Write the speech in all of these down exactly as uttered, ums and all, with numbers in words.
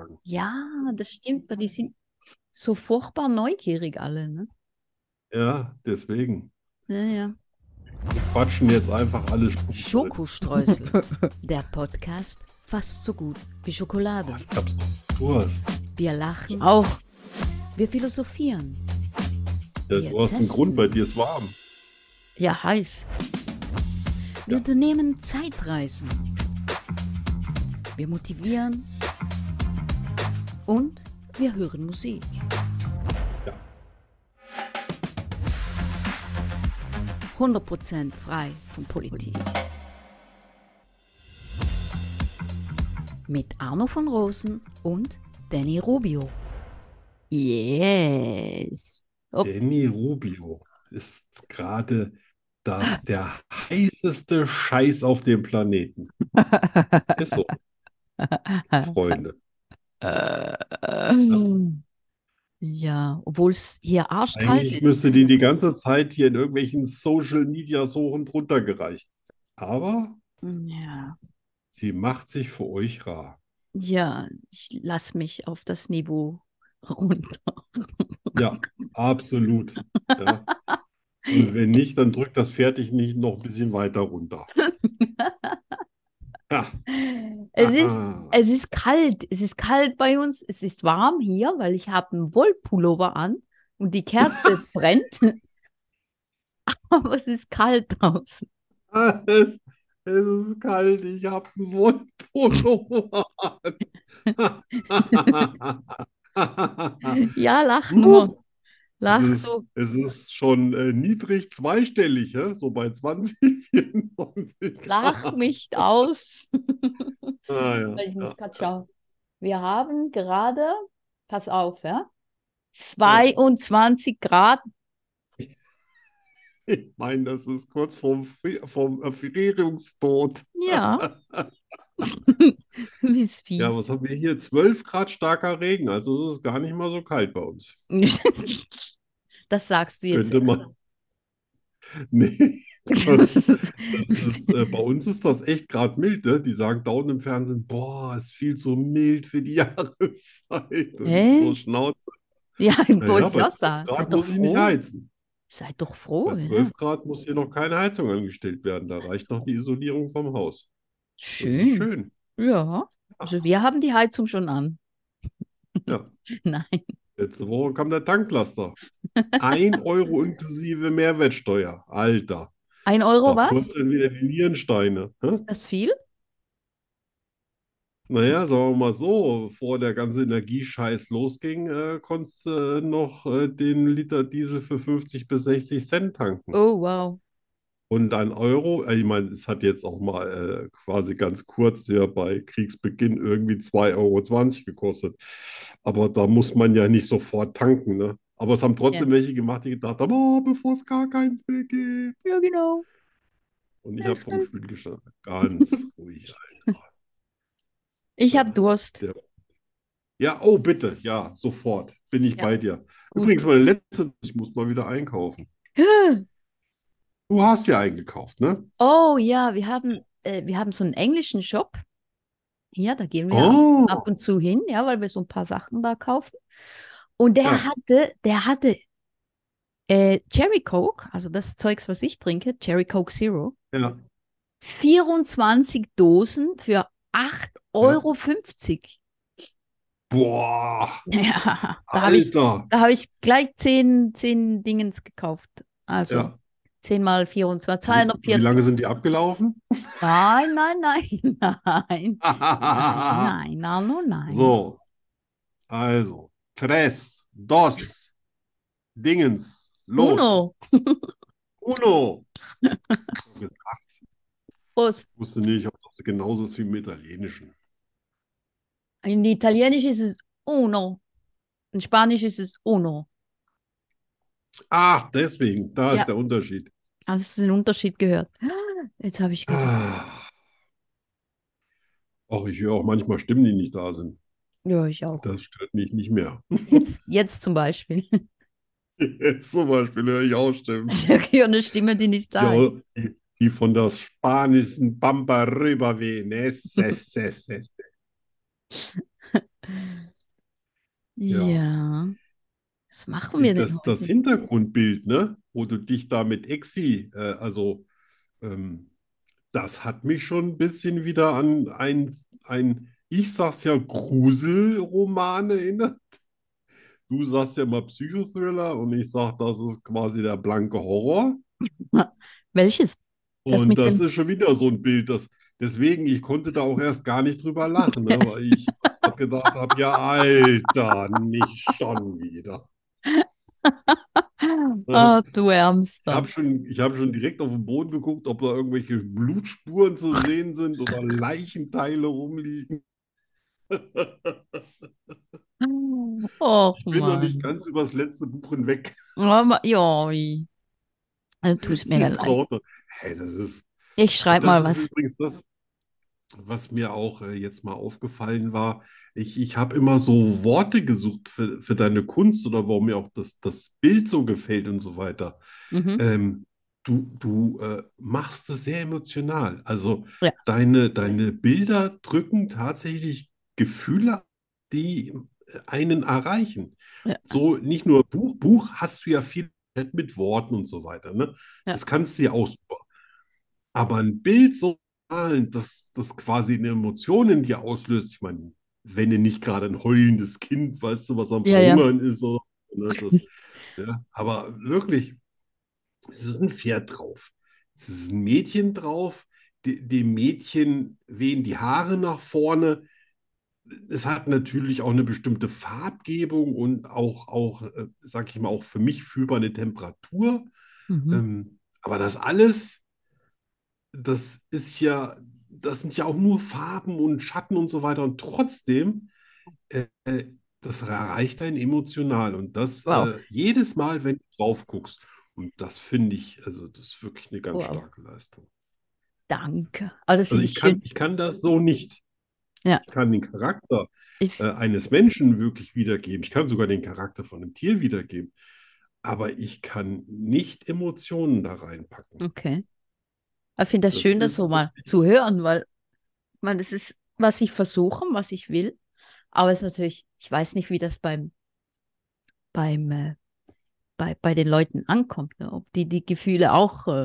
sagen. Ja, das stimmt. Die sind so furchtbar neugierig alle, ne? Ja, deswegen. Ja, ja. Wir quatschen jetzt einfach alle Stunden drin. Schokostreusel, der Podcast fast so gut wie Schokolade. Oh, ich hab so Durst. Wir lachen, Auch. wir philosophieren, Ja, Wir du hast einen testen. Grund, bei dir ist warm. Ja, heiß. wir Ja. unternehmen Zeitreisen. Wir motivieren und wir hören Musik. Ja. hundert Prozent frei von Politik. Mit Arno von Rosen und Danny Rubio. Yes. Oh, Danny Rubio ist gerade das der heißeste Scheiß auf dem Planeten. Ist so, Freunde. ja, obwohl es hier arschkalt Eigentlich ist. müsste die die ganze Zeit hier in irgendwelchen Social Media so und runter gereicht. Aber Ja, sie macht sich für euch rar. ja, ich lasse mich auf das Niveau runter. Ja, absolut. Ja. Und wenn nicht, dann drückt das Fertig nicht noch ein bisschen weiter runter. Ja. Es ist, Aha. es ist kalt. Es ist kalt bei uns. Es ist warm hier, weil ich habe einen Wollpullover an und die Kerze brennt. Aber es ist kalt draußen. Es, es ist kalt, ich habe einen Wollpullover an. Ja, lach Huh. nur. Es Lach ist, so. es ist schon äh, niedrig zweistellig, ja? So bei zwanzig, vierundzwanzig Lach Grad. mich aus. Ah, ja, Ich muss ja, gerade ja. schauen. Wir haben gerade, pass auf, ja, Ja. zweiundzwanzig Grad. Ich meine, das ist kurz vorm, Fri- vom Erfrierungstod. Ja, wie ist Ja, fies. was haben wir hier? zwölf Grad starker Regen, also es ist gar nicht mal so kalt bei uns. Das sagst du jetzt Könnte extra. man. Nee, das, das ist, äh, bei uns ist das echt gerade mild, ne? Die sagen dauernd im Fernsehen, boah, ist viel zu mild für die Jahreszeit. Und ich so, Echt? Schnauze. Ja, Naja, wollte ich bei auch zwölf sagen. Grad Seid doch muss ich nicht froh. heizen. Seid doch froh, Bei ja. zwölf Grad muss hier noch keine Heizung angestellt werden. Da reicht noch die Isolierung vom Haus. Das ist Schön. schön. Ja. Also wir haben die Heizung schon an. Ja. Nein. Letzte Woche kam der Tanklaster. Ein Euro inklusive Mehrwertsteuer. Alter, Ein Euro da was? purzeln wieder die Nierensteine. Hä? Ist das viel? Naja, sagen wir mal so, bevor der ganze Energiescheiß losging, äh, konntest du äh, noch äh, den Liter Diesel für fünfzig bis sechzig Cent tanken. Oh, wow. Und ein Euro, äh, ich meine, es hat jetzt auch mal äh, quasi ganz kurz ja bei Kriegsbeginn irgendwie zwei Euro zwanzig gekostet. Aber da muss man ja nicht sofort tanken, ne? Aber es haben trotzdem Ja. welche gemacht, die gedacht haben, oh, bevor es gar keins mehr gibt. Ja, genau. Und ich Ja, habe vorm stimmt. Spiel gestanden. Ganz ruhig, Ich habe Alter. Durst. Der, ja, oh, bitte. Ja, sofort. Bin ich Ja, bei dir. gut. Übrigens, meine letzte, ich muss mal wieder einkaufen. Du hast ja eingekauft, ne? Oh ja, wir haben, äh, wir haben so einen englischen Shop. Ja, da gehen wir ab, ab Oh, und zu hin, ja, weil wir so ein paar Sachen da kaufen. Und der ja, hatte, der hatte äh, Cherry Coke, also das Zeugs, was ich trinke, Cherry Coke Zero, ja, vierundzwanzig Dosen für acht ja. Euro. fünfzig. Boah, Ja, da habe ich, Alter. da habe ich gleich zehn, zehn Dingens gekauft. Also Ja. zehn mal vierundzwanzig, Wie, wie zweihundertvierzig. lange sind die abgelaufen? Nein, nein, nein, nein, nein, nein, Arno, nein. So, also, tres, dos, Dingens, los, Uno. uno. Gesagt, Prost. wusste nicht, ob das genauso ist wie im Italienischen. In Italienisch ist es uno. In Spanisch ist es uno. Ah, deswegen, da Ja, ist der Unterschied. hast du den Unterschied gehört? Jetzt habe ich gerade. Ah, auch ich höre auch manchmal Stimmen, die nicht da sind. Ja, ich auch. Das stört mich nicht mehr. Jetzt, jetzt zum Beispiel. Jetzt zum Beispiel höre ich auch Stimmen. Ich höre eine Stimme, die nicht da Ja, ist. die, die von der spanischen Pampa rüberwehen. Es, es, es, es. Ja. Ja. Was machen wir denn Das, das heute? Hintergrundbild, ne, wo du dich da mit Exi, äh, also ähm, das hat mich schon ein bisschen wieder an ein, ein, ich sag's ja, Gruselroman erinnert. Du sagst ja mal Psychothriller und ich sag, das ist quasi der blanke Horror. Na, welches? Das Und mit das dem. ist schon wieder so ein Bild, das, deswegen, ich konnte da auch erst gar nicht drüber lachen, ne, weil ich sofort gedacht habe, ja, Alter, nicht schon wieder. Ah, du Ich Ärmster. habe schon, ich hab schon direkt auf den Boden geguckt, ob da irgendwelche Blutspuren zu sehen sind oder Leichenteile rumliegen. Och, Ich bin noch nicht Mann. ganz übers letzte Buch hinweg. Aber, ja, wie. Also, tut's mir ja Ich leid. brauche noch. Hey, das ist, Ich schreibe das mal ist was. übrigens das, was mir auch äh, jetzt mal aufgefallen war. Ich, ich habe immer so Worte gesucht für, für deine Kunst oder warum mir auch das, das Bild so gefällt und so weiter. Mhm. Ähm, du du äh, machst es sehr emotional. Also Ja, deine, deine Bilder drücken tatsächlich Gefühle, die äh, einen erreichen. ja, So nicht nur Buch, Buch hast du ja viel mit Worten und so weiter, ne? ja, Das kannst du ja auch super. Aber ein Bild so malen, das, das quasi eine Emotion in dir auslöst, ich meine, wenn du nicht gerade ein heulendes Kind, weißt du, was am ja, ja. Verhungern ist, oder, ne, das, ja, aber wirklich. Es ist ein Pferd drauf. Es ist ein Mädchen drauf. De- Dem Mädchen wehen die Haare nach vorne. Es hat natürlich auch eine bestimmte Farbgebung und auch, auch äh, sag ich mal, auch für mich fühlbar eine Temperatur. Mhm. Ähm, aber das alles, das ist ja, das sind ja auch nur Farben und Schatten und so weiter. Und trotzdem, äh, äh, das erreicht einen emotional. Und das Wow, äh, jedes Mal, wenn du drauf guckst. Und das finde ich, also das ist wirklich eine ganz wow. starke Leistung. Danke. Also, Also finde ich ich schön. kann, ich kann das so nicht. Ja, Ich kann den Charakter äh, ich, eines Menschen wirklich wiedergeben. Ich kann sogar den Charakter von einem Tier wiedergeben. Aber ich kann nicht Emotionen da reinpacken. okay. Ich finde das Das schön, das so ist mal zu hören, weil, ich meine, das ist, was ich versuche, was ich will. Aber es ist natürlich, ich weiß nicht, wie das beim, beim, äh, bei, bei den Leuten ankommt, ne? Ob die die Gefühle auch äh,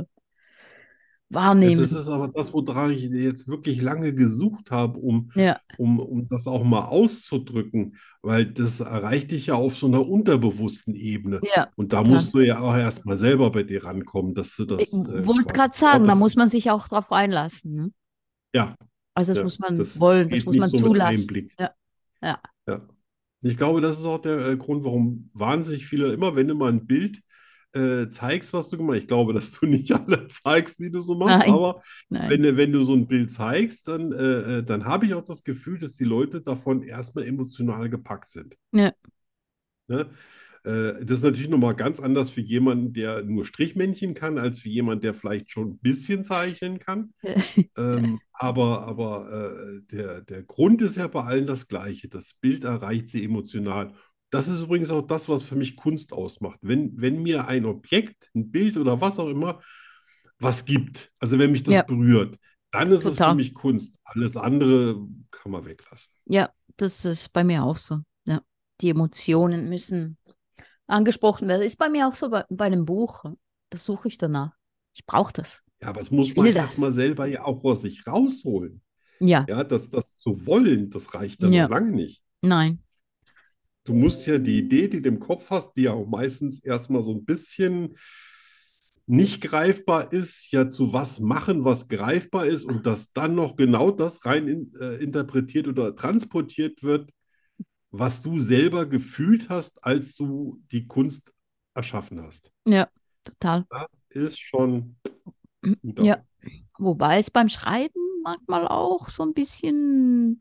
Ja, das wahrnehmen. ist aber das, woran ich jetzt wirklich lange gesucht habe, um, Ja, um, um das auch mal auszudrücken, weil das erreicht dich ja auf so einer unterbewussten Ebene. ja, Und da total. musst du ja auch erstmal selber bei dir rankommen, dass du Ich das äh, wollte quasi gerade sagen, Worte da muss fasst. man sich auch drauf einlassen. Ne? Ja, Also das ja, muss man das, das wollen, das geht muss nicht man so mit einem zulassen. Blick. Ja, ja, Ja. Ich glaube, das ist auch der äh, Grund, warum wahnsinnig viele, immer wenn du mal ein Bild äh, zeigst, was du gemacht hast, ich glaube, dass du nicht alle zeigst, die du so machst, nein, aber wenn, nein. du- wenn du so ein Bild zeigst, dann, äh, äh, dann habe ich auch das Gefühl, dass die Leute davon erstmal emotional gepackt sind. Ja, Ne? Äh, das ist natürlich nochmal ganz anders für jemanden, der nur Strichmännchen kann, als für jemanden, der vielleicht schon ein bisschen zeichnen kann. Ähm, aber aber äh, der, der Grund ist ja bei allen das Gleiche. Das Bild erreicht sie emotional. Das ist übrigens auch das, was für mich Kunst ausmacht. Wenn, wenn mir ein Objekt, ein Bild oder was auch immer, was gibt, also wenn mich das ja, berührt, dann ist es für total. mich Kunst. Alles andere kann man weglassen. Ja, das ist bei mir auch so. Ja, die Emotionen müssen angesprochen werden. Ist bei mir auch so bei, bei einem Buch. Das suche ich danach. Ich brauche das. Ja, aber das Ich muss man will erstmal das. selber ja auch aus sich rausholen. Ja, Ja, das, das zu wollen, das reicht dann noch ja, lange nicht. nein. Du musst ja die Idee, die du im Kopf hast, die ja auch meistens erstmal so ein bisschen nicht greifbar ist, ja zu was machen, was greifbar ist und dass dann noch genau das rein in, äh, interpretiert oder transportiert wird, was du selber gefühlt hast, als du die Kunst erschaffen hast. Ja, total. Ja, ist schon gut ab. Ja, wobei es beim Schreiben manchmal auch so ein bisschen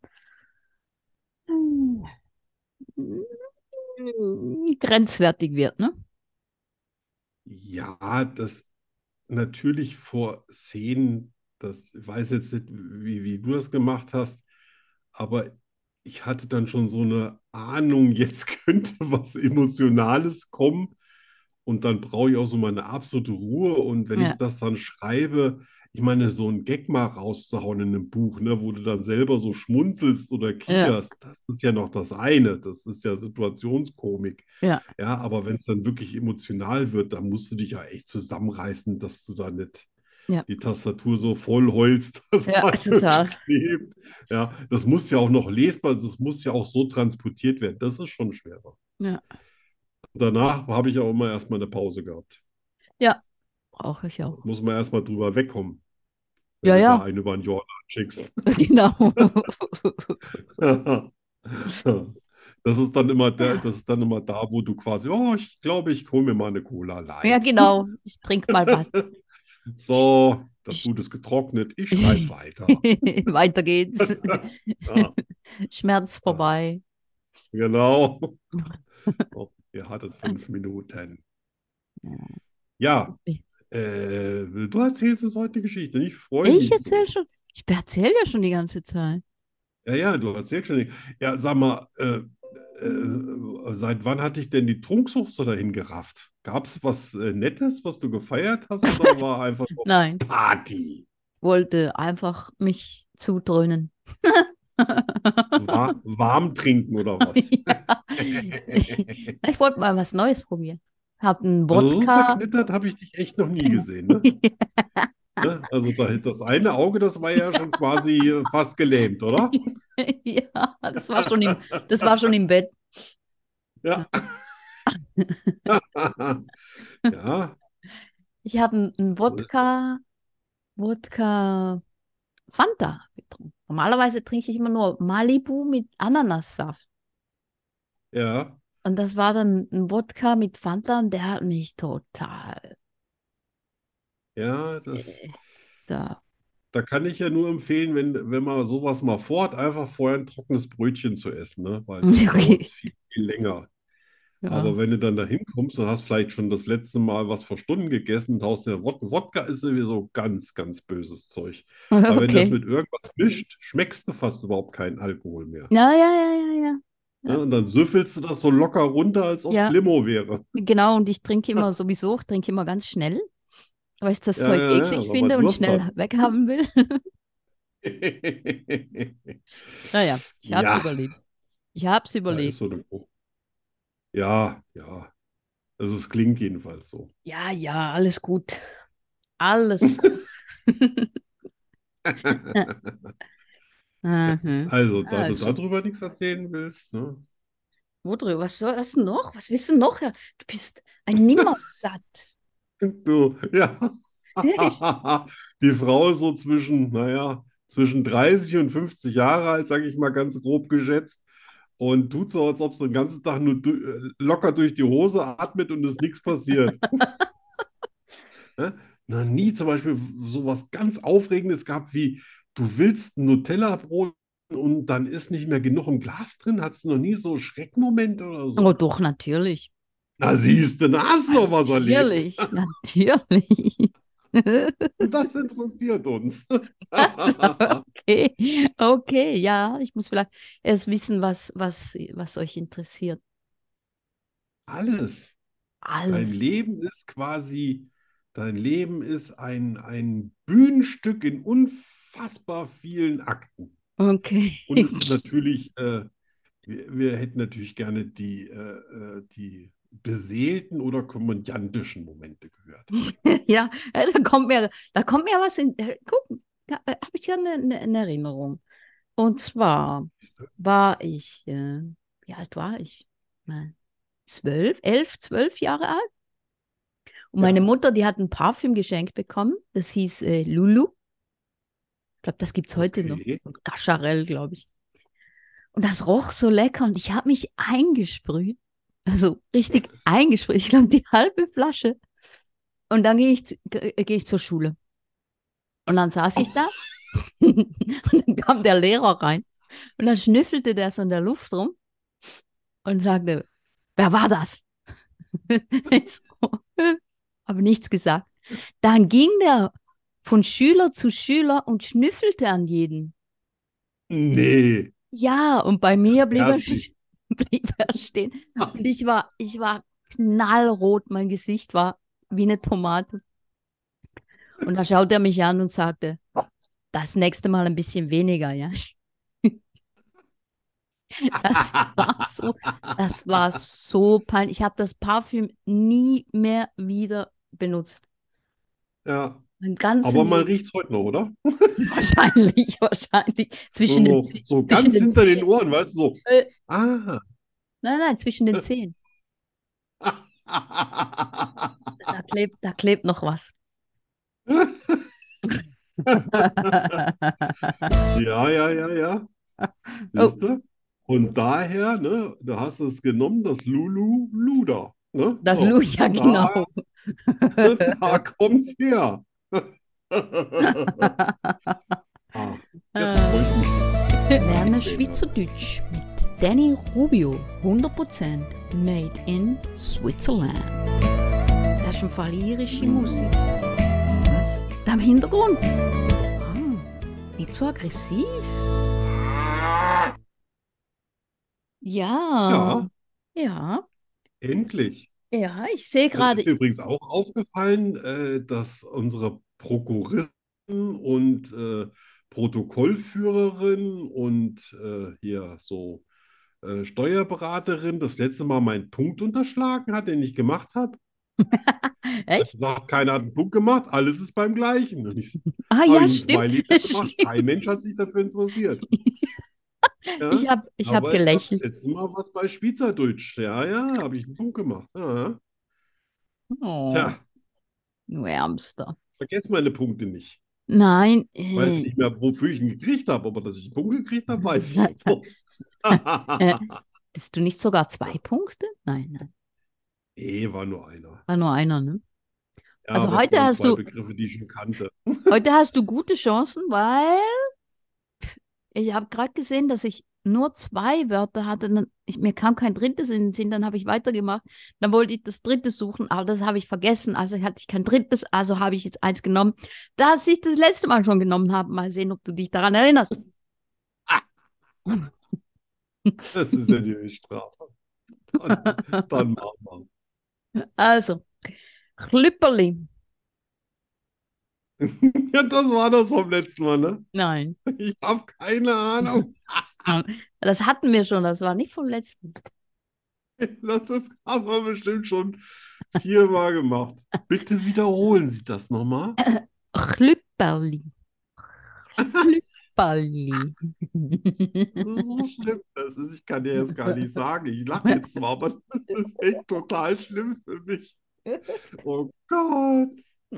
hm, grenzwertig wird, ne? Ja, das natürlich vor Szenen, das ich weiß jetzt nicht, wie, wie du das gemacht hast, aber ich hatte dann schon so eine Ahnung, jetzt könnte was Emotionales kommen und dann brauche ich auch so meine absolute Ruhe und wenn Ja, ich das dann schreibe, ich meine, so ein Gag mal rauszuhauen in einem Buch, ne, wo du dann selber so schmunzelst oder Ja, kicherst, das ist ja noch das eine. Das ist ja Situationskomik. ja, Ja, aber wenn es dann wirklich emotional wird, dann musst du dich ja echt zusammenreißen, dass du da nicht ja, die Tastatur so voll heulst, dass ja, alles total. klebt. Ja, das muss ja auch noch lesbar, das muss ja auch so transportiert werden. Das ist schon schwerer. Ja, Und danach habe ich auch immer erstmal eine Pause gehabt. ja, brauche ich auch. Muss man erstmal drüber wegkommen, wenn Ja, du da ja, einen über den Jordan schickst. genau. Das ist dann immer der, Ja, das ist dann immer da, wo du quasi, oh, ich glaube, ich hole mir mal eine Cola ja, Light. genau. Ich trinke mal was. So, das Ich, Blut ist getrocknet, ich schreibe weiter. weiter geht's. Ja, Schmerz ja, vorbei. genau. Oh, ihr hattet fünf Minuten. Ja, äh, du erzählst uns heute eine Geschichte. Ich freue Ich mich erzähle so. schon, ich erzähle ja schon die ganze Zeit. Ja, ja, du erzählst schon. Ja, sag mal, äh, äh, seit wann hat dich denn die Trunksucht so dahin gerafft? Gab es was äh, Nettes, was du gefeiert hast, oder war einfach nur Nein, Party? wollte einfach mich zudröhnen. War, warm trinken oder was? Ja. Ich wollte mal was Neues probieren. Hab einen Also so Wodka. verknittert habe ich dich echt noch nie gesehen, ne? Ne? Also da, das eine Auge, das war ja schon quasi äh, fast gelähmt, oder? Ja, das war schon im, das war schon im Bett. Ja. Ja, Ich habe einen so ist das. Wodka, Wodka Fanta getrunken. Normalerweise trinke ich immer nur Malibu mit Ananassaft. Ja, Und das war dann ein Wodka mit Fanta und der hat mich total ja, das. äh, da. Da kann ich ja nur empfehlen, wenn, wenn man sowas mal vorhat, einfach vorher ein trockenes Brötchen zu essen, ne? Weil dann dauert es Okay. viel, viel länger. Ja. Aber wenn du dann da hinkommst und hast vielleicht schon das letzte Mal was vor Stunden gegessen und haust dir Wod Wodka, ist sowieso ganz, ganz böses Zeug. Weil wenn du das Okay. mit irgendwas mischt, schmeckst du fast überhaupt keinen Alkohol mehr. Ja, ja, ja, ja, ja. Ne? Ja, Und dann süffelst du das so locker runter, als ob es ja, Limo wäre. genau. Und ich trinke immer sowieso, ich trinke immer ganz schnell, weil ich das Ja, Zeug ja, ja, eklig weil man finde und Durst schnell hat. weghaben will. Naja, ich habe es Ja, überlebt. Ich habe es da ist überlebt. so eine. Ja, ja. Also es klingt jedenfalls so. Ja, ja, alles gut. Alles gut. Mhm. Also, da du Also, darüber nichts erzählen willst, ne? worüber? Was soll das noch? Was willst du noch? Du bist ein Nimmersatt. Du, ja. Echt? Die Frau ist so zwischen, naja, zwischen dreißig und fünfzig Jahre alt, sage ich mal ganz grob geschätzt. Und tut so, als ob sie den ganzen Tag nur du äh, locker durch die Hose atmet und es nichts passiert. Ne? Noch nie zum Beispiel so was ganz Aufregendes gehabt wie, du willst ein Nutella-Brot und dann ist nicht mehr genug im Glas drin. Hattest du noch nie so Schreckmomente oder Oh, so? doch, natürlich. Na siehst du, da hast du noch was erlebt. Natürlich, natürlich. Und das interessiert uns. Also, okay, okay, ja, ich muss vielleicht erst wissen, was, was, was euch interessiert. Alles. Dein Alles. Leben ist quasi, dein Leben ist ein, ein Bühnenstück in unfassbar vielen Akten. Okay. Und es ist natürlich, äh, wir, wir hätten natürlich gerne die, äh, äh, die beseelten oder komödiantischen Momente gehört. Ja, äh, da kommt mir, da kommt mir was in. Äh, guck, da habe ich ja eine, eine, eine Erinnerung. Und zwar war ich, äh, wie alt war ich? Nein, zwölf, elf, zwölf Jahre alt. Und meine Ja, Mutter, die hat ein Parfüm geschenkt bekommen. Das hieß äh, Lulu. Ich glaube, das gibt es heute noch. okay. Und Cacharel, glaube ich. Und das roch so lecker und ich habe mich eingesprüht. Also richtig eingesprüht. Ich glaube, die halbe Flasche. Und dann gehe ich, zu- ge- gehe ich zur Schule. Und dann saß ich da und dann kam der Lehrer rein und dann schnüffelte der so in der Luft rum und sagte, wer war das? Ich so, habe nichts gesagt. Dann ging der von Schüler zu Schüler und schnüffelte an jeden. Nee, Ja, und bei mir blieb er, herzlich. blieb er stehen. Und ich war, ich war knallrot, mein Gesicht war wie eine Tomate. Und da schaut er mich an und sagte, das nächste Mal ein bisschen weniger, ja. Das war so, das war so peinlich. Ich habe das Parfüm nie mehr wieder benutzt. Ja, Mein ganzen aber man Leben. riecht es heute noch, oder? Wahrscheinlich, wahrscheinlich. So, Zwischen den, so, Zeh- so zwischen ganz den hinter den Zehen. Ohren, weißt du, so. Äh, Ah. nein, nein, zwischen den Zehen. Da klebt, da klebt noch was. Ja, ja, ja, ja. Oh, Siehst du? Und daher, ne, du hast es genommen, das Lulu Luda. Ne? das So, Luja, da, genau. da kommt's her. Ah, jetzt freue ich mich schon. Lerne Schweizerdeutsch mit Danny Rubio. hundert Prozent made in Switzerland. Das ist im Fall irische Musik. Was? Da im Hintergrund? Ah, nicht so aggressiv. Ja, Ja, ja, endlich. ja, ich sehe Also gerade, ist dir übrigens auch aufgefallen, äh, dass unsere Prokuristin und äh, Protokollführerin und äh, hier so äh, Steuerberaterin das letzte Mal meinen Punkt unterschlagen hat, den ich gemacht habe? Er hat echt? gesagt, keiner hat einen Punkt gemacht, alles ist beim Gleichen. Und ich Ah habe ja, ich ein stimmt, Smiley da gemacht, stimmt. kein Mensch hat sich dafür interessiert. Ich Ja? habe ich hab Aber ich habe das gelächelt. letzte Mal was bei Schweizerdeutsch. Ja, ja, habe ich einen Punkt gemacht. Ja. Oh, Tja, du Ärmster. vergesst meine Punkte nicht. Nein, Ich weiß äh, nicht mehr, wofür ich ihn gekriegt habe, aber dass ich einen Punkt gekriegt habe, weiß ich noch. äh, bist du nicht sogar zwei Punkte? Nein, nein, Nee, war nur einer. war nur einer, ne? Ja, Also aber es heute waren hast zwei du, Begriffe, die ich schon kannte. heute hast du gute Chancen, weil ich habe gerade gesehen, dass ich nur zwei Wörter hatte. Dann, ich, mir kam kein drittes in den Sinn, dann habe ich weitergemacht. Dann wollte ich das dritte suchen, aber das habe ich vergessen. Also hatte ich kein drittes, also habe ich jetzt eins genommen, das ich das letzte Mal schon genommen habe. Mal sehen, ob du dich daran erinnerst. Das ist ja die Strafe. Dann, dann machen Also, Chlüpperli. wir. Ja, das war das vom letzten Mal, ne? Nein. Ich habe keine Ahnung. Das hatten wir schon, das war nicht vom letzten. Das haben wir bestimmt schon viermal gemacht. Bitte wiederholen Sie das nochmal. Chlüpperli. Chlüpperli. Das ist so schlimm. Das ist, ich kann dir jetzt gar nicht sagen. Ich lache jetzt zwar, aber das ist echt total schlimm für mich. Oh Gott.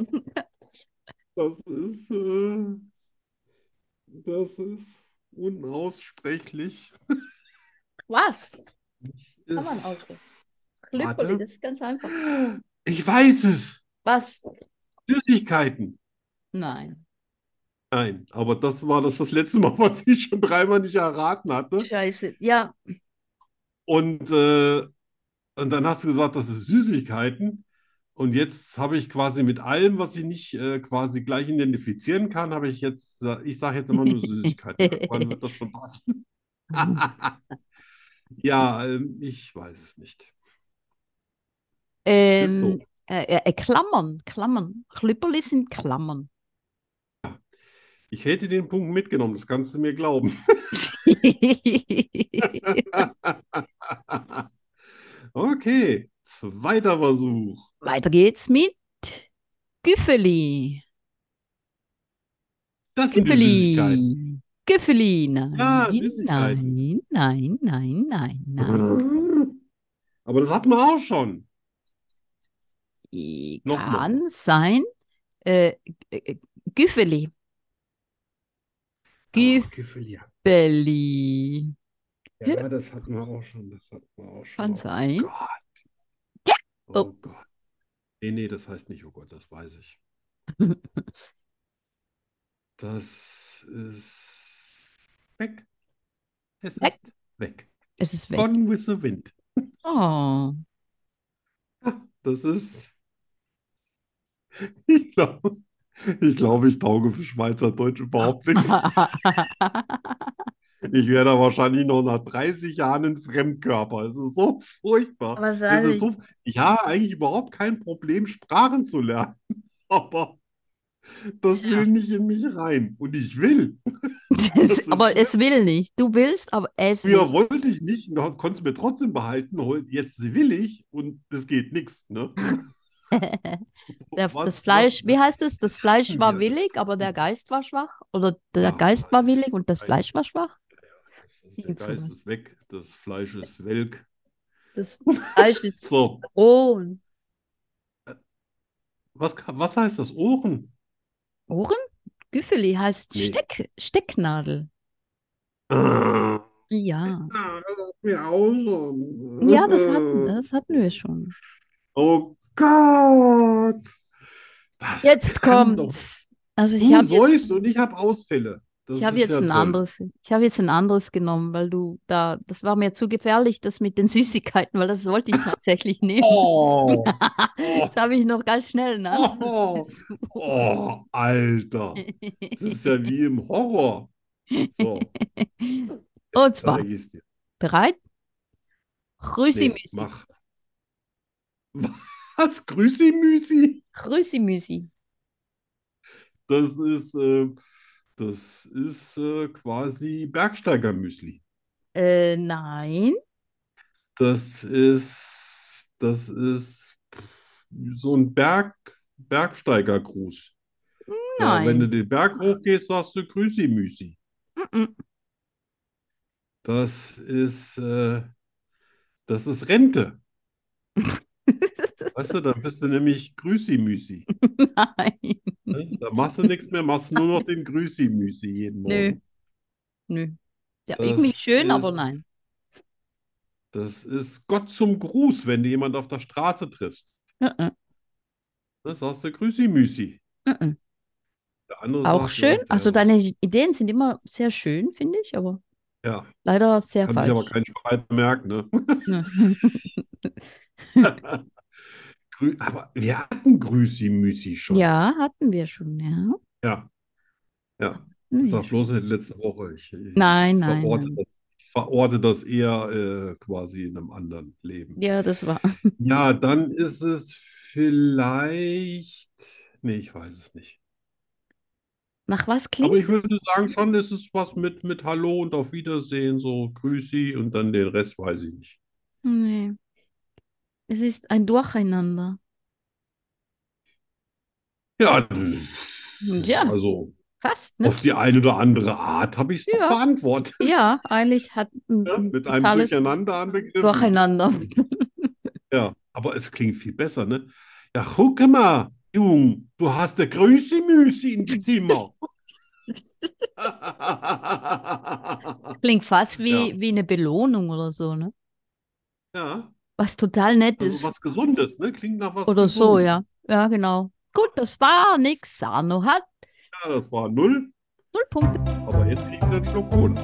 Das ist, äh, das ist unaussprechlich. Was? Kann man Ist, aussprechen. Chlüpperli, warte. das ist ganz einfach. Ich weiß es. Was? Süßigkeiten. Nein. Nein, aber das war das, das letzte Mal, was ich schon dreimal nicht erraten hatte. Scheiße. Ja. Und, äh, und dann hast du gesagt, das ist Süßigkeiten. Und jetzt habe ich quasi mit allem, was ich nicht äh, quasi gleich identifizieren kann, habe ich jetzt, äh, ich sage jetzt immer nur Süßigkeiten. Irgendwann wird das schon passen. Ja, ähm, ich weiß es nicht. Ist so. Ähm, äh, äh, Klammern, Klammern. Chlüpperli sind Klammern. Ich hätte den Punkt mitgenommen, das kannst du mir glauben. Okay, zweiter Versuch. Weiter geht's mit Güffeli. Das sind die Süßigkeiten. Güffeli. Güffeli. Nein, Ja, Süßigkeiten. nein, nein, nein, nein, nein. Aber das hatten wir auch schon. Äh, Nochmal. Kann sein. Äh, äh, Güffeli. Ach, Gefühl, Güffeli. ja, das hatten wir auch schon. Das hatten wir auch schon. Kann Oh sein. Gott. Oh. Oh Gott. Nee, nee, das heißt nicht, oh Gott, das weiß ich. Das ist weg. Es Weg. ist weg. Es ist weg. Gone with the wind. Oh. Ja, das ist. Ich glaube, ich, glaub, ich tauge für Schweizerdeutsch überhaupt nichts. Ich wäre da wahrscheinlich noch nach dreißig Jahren ein Fremdkörper. Es ist so furchtbar. Es ist Wahrscheinlich. so, ich habe eigentlich überhaupt kein Problem, Sprachen zu lernen. Aber Das Tja. will nicht in mich rein. Und ich will. Das, Das ist aber schlimm. es will nicht. Du willst, aber es will. Früher wollte ich nicht, und konnte es mir trotzdem behalten. Heu- Jetzt will ich und es geht nichts. Ne? Der, das Was, Fleisch, was wie heißt es? Das Fleisch war mir das willig, aber der Geist war schwach. Oder der Ja, Geist war willig ist und das ein, Fleisch war schwach. das ist, der Irgend Geist sowas. ist weg, das Fleisch ist welk. Das Fleisch ist So, roh. was, was heißt das? Ohren? Ohren? Güffeli heißt Nee. Steck, Stecknadel. Ah, Ja. das hat mir auch Ja, das hatten, schon. das hatten wir schon. Oh Gott, das Jetzt kann doch. kommt's. Also ich Du habe jetzt, säufst und ich habe Ausfälle. ich Das habe ist jetzt ja ein toll. anderes, ich habe jetzt ein anderes genommen, weil du da, das war mir zu gefährlich, das mit den Süßigkeiten, weil das wollte ich tatsächlich nehmen. Oh, Jetzt oh, habe ich noch ganz schnell ein anderes oh, gesucht. oh, Alter. Das ist ja wie im Horror. So, Und jetzt zwar, zeige ich es dir. bereit? Nee, Chrüsi-Müsi. mach. Was? Grüßi-Müsi? Chrüsi-Müsi. Das ist, äh, das ist äh, quasi Bergsteigermüsli. Äh, nein, Das ist, das ist so ein Berg, Bergsteigergruß. Da, wenn du nein. den Berg hochgehst, sagst du Grüßi-Müsi. Mm-mm. Das ist, äh, das ist Rente. Weißt du, dann bist du nämlich Grüßi-Müsi. Nein. Ne? Da machst du nichts mehr, machst nur noch den Grüßi-Müsi jeden Nö, Morgen. nö. Ja, irgendwie Das schön, aber ist, nein. das ist Gott zum Gruß, wenn du jemanden auf der Straße triffst. Mm-mm. Ne, sagst du Grüßi-Müsi. Mm-mm. Der andere Auch sagt, ja, schön. Also der, deine Ideen sind immer sehr schön, finde ich, aber ja, leider sehr kann sich aber falsch. kein Schwein merken, ne? Nö. Grü aber wir hatten Grüßi-Müsi schon. Ja, hatten wir schon, ja. Ja, ja. Hatten wir Sag schon. bloß nicht letzte Woche. Ich, ich Nein, nein, verorte nein. das, ich verorte das eher äh, quasi in einem anderen Leben. Ja, das war. Ja, dann ist es vielleicht. Nee, ich weiß es nicht. Nach was Aber klingt ich es? würde sagen, schon ist es was mit, mit Hallo und auf Wiedersehen, so Grüßi und dann den Rest weiß ich nicht. Nee. Es ist ein Durcheinander. Ja, Ja, also fast, ne? auf die eine oder andere Art habe ich es doch Ja, beantwortet. ja, eigentlich hat ein, Ja, ein mit einem totales Durcheinander an Begriffen. Durcheinander. Ja, aber es klingt viel besser, ne? Ja, guck mal, Jung, du hast der Grüßi-Müsi im Zimmer. Klingt fast Ja, wie, wie eine Belohnung oder so, ne? ja, Was total nett also ist. was Gesundes, ne? Klingt nach was Oder so, Gesundem. ja. Ja, genau. Gut, das war nix. Arno hat Ja, das war null, null Punkte. aber jetzt kriegen wir einen Schluck Hohn.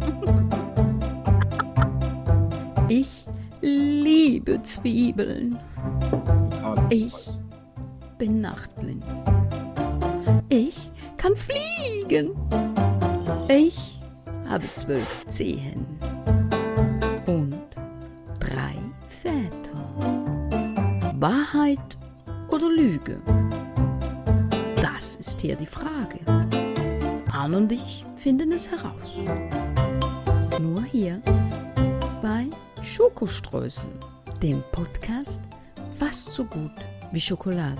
Ich liebe Zwiebeln. Total. Ich bin nachtblind. Ich kann fliegen. Ich habe zwölf Zehen und drei Väter. Wahrheit oder Lüge? Das ist hier die Frage. Arne und ich finden es heraus. Nur hier bei Schokoströßen, dem Podcast fast so gut wie Schokolade.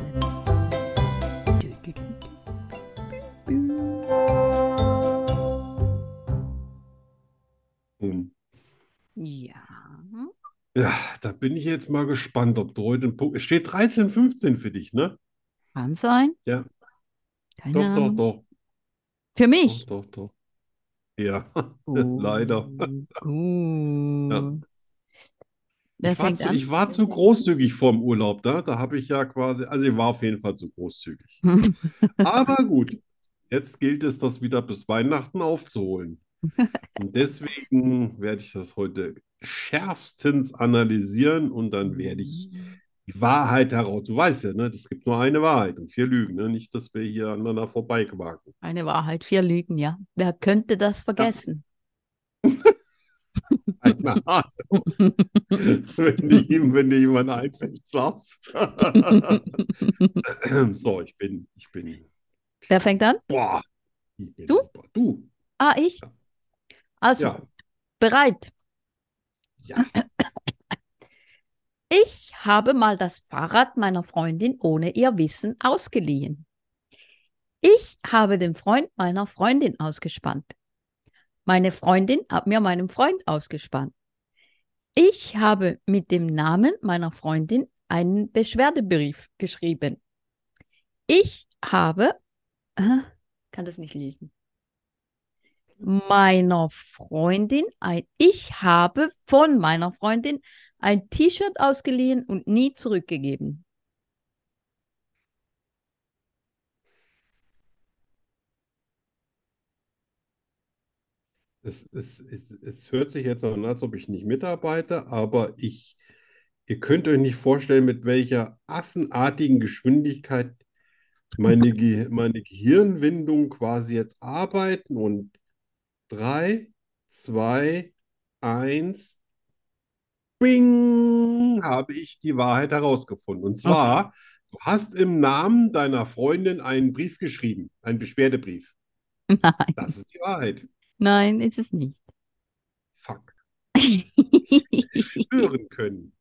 Hm. Ja. Ja, da bin ich jetzt mal gespannt, ob du heute einen Punkt. Es steht dreizehn fünfzehn für dich, ne? Kann sein. Ja, Keine doch, doch, Ahnung. doch, Für doch, mich. doch, doch. Ja, Gut. leider. Ja. Gut. Wer Ich war fängt zu, an? ich war zu großzügig vorm Urlaub, da. Da habe ich ja quasi, also ich war auf jeden Fall zu großzügig. Aber gut, jetzt gilt es, das wieder bis Weihnachten aufzuholen. Und deswegen werde ich das heute schärfstens analysieren und dann werde ich die Wahrheit heraus. Du weißt ja, ne, es gibt nur eine Wahrheit und vier Lügen, ne? Nicht, dass wir hier aneinander vorbeiquaken. Eine Wahrheit, vier Lügen, ja. Wer könnte das vergessen? Keine Ahnung. Wenn dir, wenn dir jemand einfällt, sag's. So, ich bin, ich bin Wer fängt an? Boah, ich bin Du? super. Du. Ah, ich. Ja. Also, Ja. bereit. Ja. Ich habe mal das Fahrrad meiner Freundin ohne ihr Wissen ausgeliehen. Ich habe den Freund meiner Freundin ausgespannt. Meine Freundin hat mir meinen Freund ausgespannt. Ich habe mit dem Namen meiner Freundin einen Beschwerdebrief geschrieben. Ich habe, äh, kann das nicht lesen, meiner Freundin, ein, ich habe von meiner Freundin ein T-Shirt ausgeliehen und nie zurückgegeben. Es, es, es, es hört sich jetzt an, als ob ich nicht mitarbeite, aber ich, ihr könnt euch nicht vorstellen, mit welcher affenartigen Geschwindigkeit meine, Ge meine Gehirnwindungen quasi jetzt arbeiten. Und drei, zwei, eins, bing, habe ich die Wahrheit herausgefunden. Und Okay. zwar, du hast im Namen deiner Freundin einen Brief geschrieben, einen Beschwerdebrief. Nein, Das ist die Wahrheit. nein, ist es nicht. Fuck. Hören können.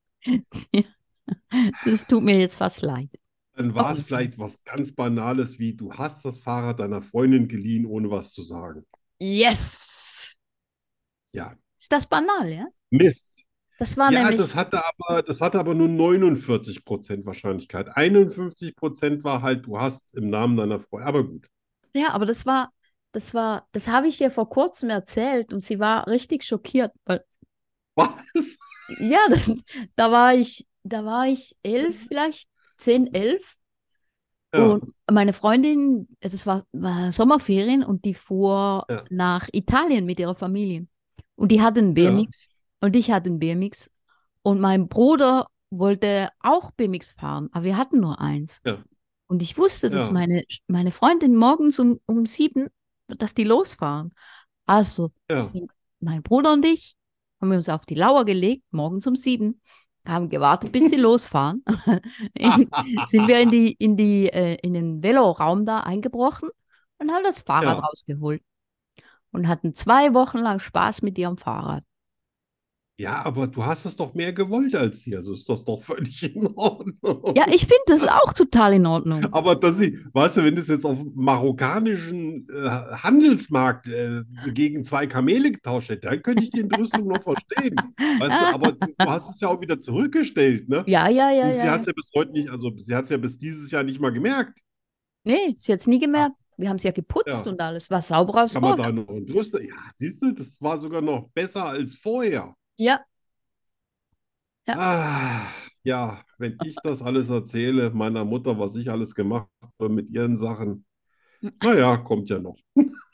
Das tut mir jetzt fast leid. Dann war es vielleicht was ganz Banales wie, du hast das Fahrrad deiner Freundin geliehen, ohne was zu sagen. Yes! Ja. Ist das banal, ja? Mist. Das war Ja, nämlich, das hatte aber, das hatte aber nur neunundvierzig Prozent Wahrscheinlichkeit. einundfünfzig Prozent war halt, du hast im Namen deiner Freundin. Aber gut. ja, aber das war, das war, das habe ich ihr vor kurzem erzählt und sie war richtig schockiert, weil, Was? ja, das, da war ich, da war ich elf, vielleicht zehn, elf. Ja, Und meine Freundin, das war, war Sommerferien und die fuhr ja, nach Italien mit ihrer Familie. Und die hatten ja, B M X und ich hatte einen B M X. Und mein Bruder wollte auch B M X fahren, aber wir hatten nur eins. ja, Und ich wusste, dass ja, meine, meine Freundin morgens um, um sieben, dass die losfahren. Also ja, sind mein Bruder und ich, haben wir uns auf die Lauer gelegt, morgens um sieben, haben gewartet, bis sie losfahren. In, sind wir in die, in die, äh, in den Veloraum da eingebrochen und haben das Fahrrad ja. rausgeholt und hatten zwei Wochen lang Spaß mit ihrem Fahrrad. Ja, aber du hast es doch mehr gewollt als sie, also ist das doch völlig in Ordnung. Ja, ich finde das auch total in Ordnung. Aber dass sie, weißt du, wenn du es jetzt auf dem marokkanischen äh, Handelsmarkt äh, gegen zwei Kamele getauscht hätte, dann könnte ich die Entrüstung noch verstehen. Weißt du, aber du, du hast es ja auch wieder zurückgestellt, ne? Ja, ja, ja, Und ja, sie hat ja. es ja bis heute nicht, also sie hat es ja bis dieses Jahr nicht mal gemerkt. Nee, sie hat es nie Ja, gemerkt. Wir haben es ja geputzt ja. und alles. War sauberer als Kann man vorher. da noch entrüsten? Ja, siehst du, das war sogar noch besser als vorher. Ja, ja. Ah, ja, wenn ich das alles erzähle, meiner Mutter, was ich alles gemacht habe mit ihren Sachen, naja, kommt ja noch.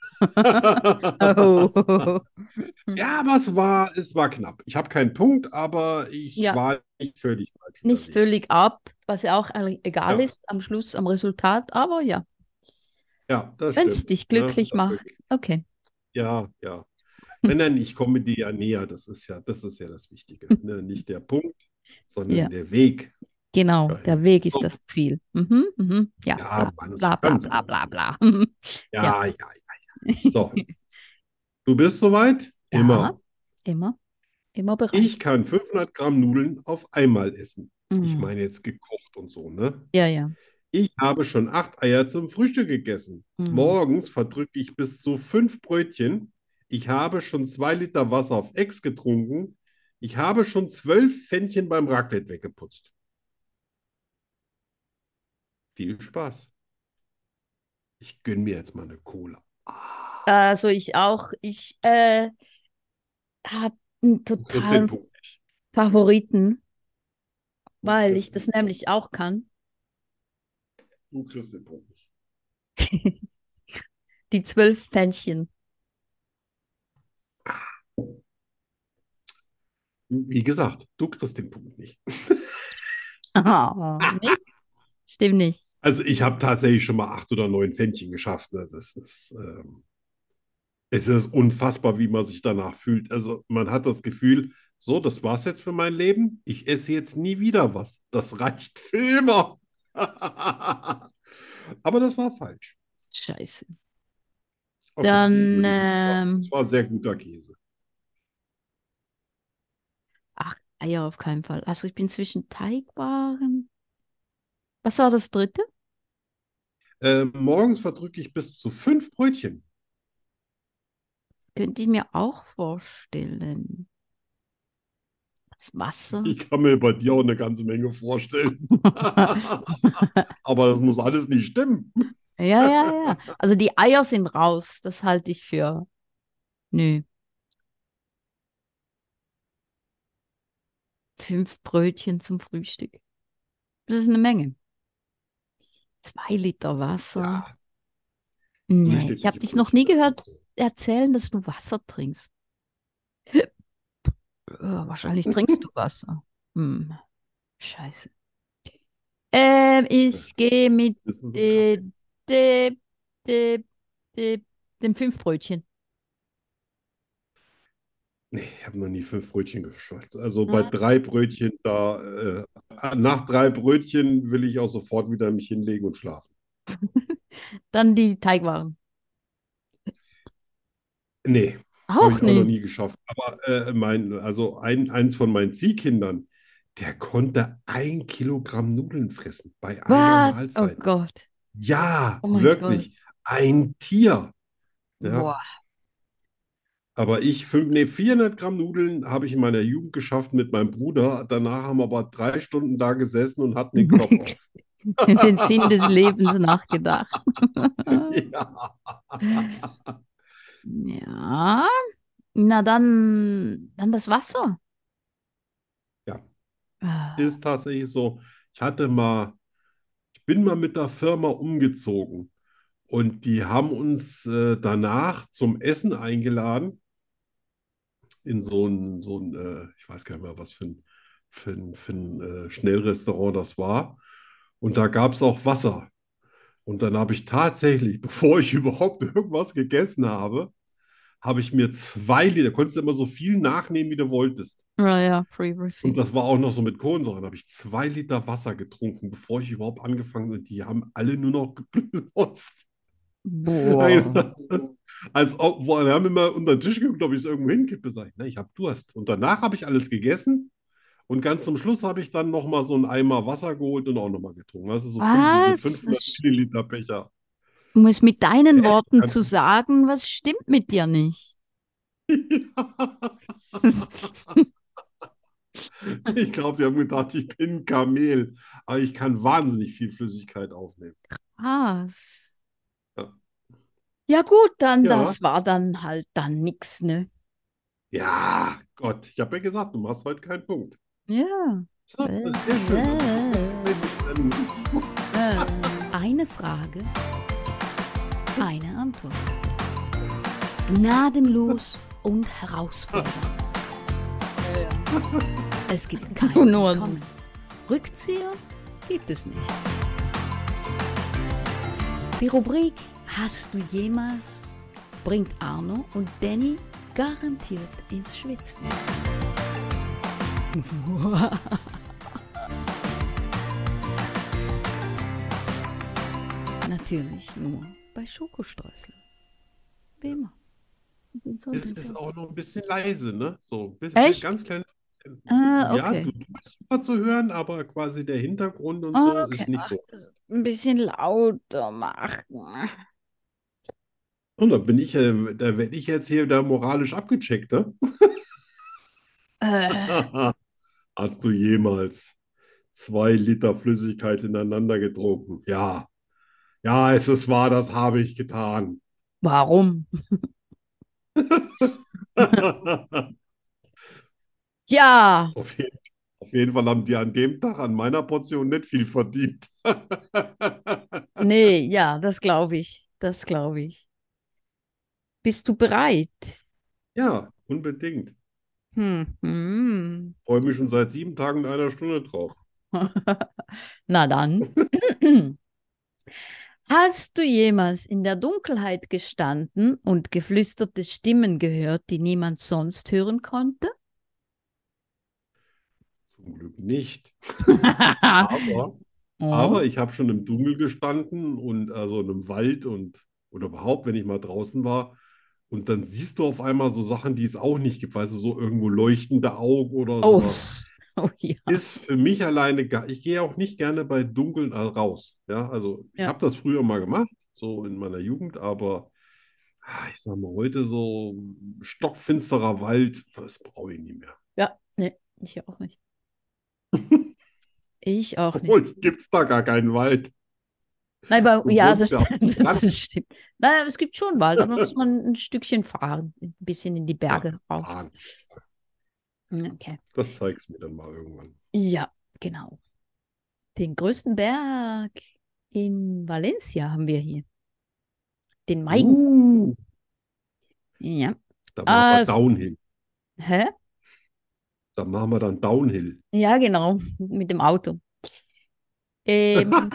Oh. Ja, aber es war, es war knapp. Ich habe keinen Punkt, aber ich Ja, war nicht völlig falsch nicht unterwegs. völlig ab, was ja auch eigentlich egal Ja, ist am Schluss, am Resultat. Aber ja, ja, das wenn es stimmt. dich Ne? glücklich Das macht. wirklich. Okay. Ja, ja. Nein, nein, ich komme dir ja näher. Das ist ja, das ist ja das Wichtige. Ne? Nicht der Punkt, sondern Ja, der Weg genau. Der dahin. Weg ist So, das Ziel. Mhm, mhm. Ja, ja, bla, Mann, bla, ich bla, kann es bla, auch. bla, bla. Mhm. Ja. Ja, ja, ja, ja. So, du bist soweit? Ja, Immer. immer, immer bereit. Ich kann fünfhundert Gramm Nudeln auf einmal essen. Ich Mhm. meine jetzt gekocht und so, ne? Ja, ja. Ich habe schon acht Eier zum Frühstück gegessen. Mhm. Morgens verdrücke ich bis zu fünf Brötchen. Ich habe schon zwei Liter Wasser auf Ex getrunken. Ich habe schon zwölf Pfännchen beim Raclette weggeputzt. Viel Spaß. Ich gönne mir jetzt mal eine Cola. Ah, Also ich auch. Ich äh, habe einen du kriegst den totalen Punkt nicht. Favoriten, Du weil ich kriegst das den Punkt. nämlich auch kann. Du kriegst den Punkt nicht. Die zwölf Pfännchen. Wie gesagt, du kriegst den Punkt nicht. Ah, nicht? Stimmt nicht. Also ich habe tatsächlich schon mal acht oder neun Pfännchen geschafft. Ne? Das ist, ähm, es ist unfassbar, wie man sich danach fühlt. Also man hat das Gefühl, so, das war's jetzt für mein Leben. Ich esse jetzt nie wieder was. Das reicht für immer. Aber das war falsch. Scheiße. Ach, das Dann, würde ich nicht sagen. ähm, Das war sehr guter Käse. ach, Eier auf keinen Fall. Also ich bin zwischen Teigwaren. Was war das dritte? Äh, morgens verdrücke ich bis zu fünf Brötchen. Das könnte ich mir auch vorstellen. Das Wasser. Ich kann mir bei dir auch eine ganze Menge vorstellen. Aber das muss alles nicht stimmen. Ja, ja, ja. Also die Eier sind raus. Das halte ich für. Nö. Fünf Brötchen zum Frühstück. Das ist eine Menge. Zwei Liter Wasser. Ja, Nee, ich habe durchschnittliche dich noch Brötchen. nie Das gehört geht so. erzählen, dass du Wasser trinkst. Ja, wahrscheinlich trinkst du Wasser. Hm, scheiße. Ähm, ich gehe mit Das ist so äh, Kaffee. de, de, de, dem Fünfbrötchen. Nee, ich habe noch nie fünf Brötchen geschafft. Also bei Hm. drei Brötchen, da, äh, nach drei Brötchen will ich auch sofort wieder mich hinlegen und schlafen. Dann die Teigwaren. Nee, habe Auch ich auch noch nicht. nie geschafft. Aber äh, mein, also ein, eins von meinen Ziehkindern, der konnte ein Kilogramm Nudeln fressen bei einer Was? Oh Mahlzeit. Gott. Ja, Oh mein Gott. wirklich. Ein Tier. Ja. Boah. Aber ich, fünf, nee, vierhundert Gramm Nudeln habe ich in meiner Jugend geschafft mit meinem Bruder. Danach haben wir aber drei Stunden da gesessen und hatten den Kopf auf. Den Sinn des Lebens nachgedacht. Ja. Ja, na dann, dann das Wasser. Ja, Ah. ist tatsächlich so. Ich hatte mal, ich bin mal mit der Firma umgezogen und die haben uns äh, danach zum Essen eingeladen in so ein, so ein äh, ich weiß gar nicht mehr, was für ein, für ein, für ein äh, Schnellrestaurant das war. Und da gab es auch Wasser. Und dann habe ich tatsächlich, bevor ich überhaupt irgendwas gegessen habe, habe ich mir zwei Liter, konntest du immer so viel nachnehmen, wie du wolltest. Ja, ja, Free Und Refill. das war auch noch so mit Kohlensäure. Da habe ich zwei Liter Wasser getrunken, bevor ich überhaupt angefangen habe. Die haben alle nur noch geglotzt. Boah. Als ob, boah, die haben immer unter den Tisch geguckt, ob ich es irgendwo hinkippe. Sag ich, ne, ich habe Durst. Und danach habe ich alles gegessen. Und ganz zum Schluss habe ich dann nochmal so einen Eimer Wasser geholt und auch nochmal getrunken. Also so fünf, diese Was? fünfhundert Was, Milliliter Becher. um es mit deinen Echt? Worten Ganz- zu sagen, was stimmt mit dir nicht? Ich glaube, die haben gedacht, ich bin ein Kamel. Aber ich kann wahnsinnig viel Flüssigkeit aufnehmen. Was? Ja, Ja gut, dann ja, das war dann halt dann nix, ne? ja, Gott, ich habe ja gesagt, du machst heute keinen Punkt. Ja. So, das ist sehr schön. Das ist Äh, Eine Frage, eine Antwort. Gnadenlos und herausfordernd. Es gibt kein Nur- Entkommen. Rückzieher gibt es nicht. Die Rubrik Hast du jemals bringt Arno und Danny garantiert ins Schwitzen. Natürlich nur bei Schokostreusel. Wie immer. Es ist auch noch ein bisschen leise, ne? So ein bisschen, Echt? ganz kleines bisschen. Ah, Ja, okay. du, du bist super zu hören, aber quasi der Hintergrund und Ah, so okay. ist nicht Ach, so. das ein bisschen lauter machen. Und da bin ich, äh, da werde ich jetzt hier da moralisch abgecheckt, ne? Äh, Hast du jemals zwei Liter Flüssigkeit ineinander getrunken? Ja. Ja, es ist wahr, das habe ich getan. warum? Tja, Auf jeden, auf jeden Fall haben die an dem Tag an meiner Portion nicht viel verdient. nee, ja, das glaube ich. Das glaube ich. Bist du bereit? Ja, unbedingt. Hm, hm. Freue mich schon seit sieben Tagen und einer Stunde drauf. Na dann. Hast du jemals in der Dunkelheit gestanden und geflüsterte Stimmen gehört, die niemand sonst hören konnte? Zum Glück nicht. Aber Oh, Aber ich habe schon im Dunkeln gestanden und also in einem Wald und oder überhaupt, wenn ich mal draußen war. Und dann siehst du auf einmal so Sachen, die es auch nicht gibt, weißt du, so irgendwo leuchtende Augen oder oh, sowas. oh ja. Ist für mich alleine gar, ich gehe auch nicht gerne bei Dunkeln äh, raus. Ja, also ich Ja, habe das früher mal gemacht, so in meiner Jugend, aber ah, ich sag mal, heute so stockfinsterer Wald, das brauche ich nicht mehr. ja, nee, ich auch nicht. Ich auch nicht. Obwohl, gibt es da gar keinen Wald. Nein, aber Du ja, wohnst das, ja am Strand. das stimmt. Naja, es gibt schon Wald, aber da muss man ein Stückchen fahren, ein bisschen in die Ja, Berge rauf. fahren. Okay. Das zeigst du mir dann mal irgendwann. Ja, genau. Den größten Berg in Valencia haben wir hier. Den Maigen. Uh, Ja. da machen wir Also, Downhill. hä? Da machen wir dann Downhill. Ja, genau, mit dem Auto. Ähm,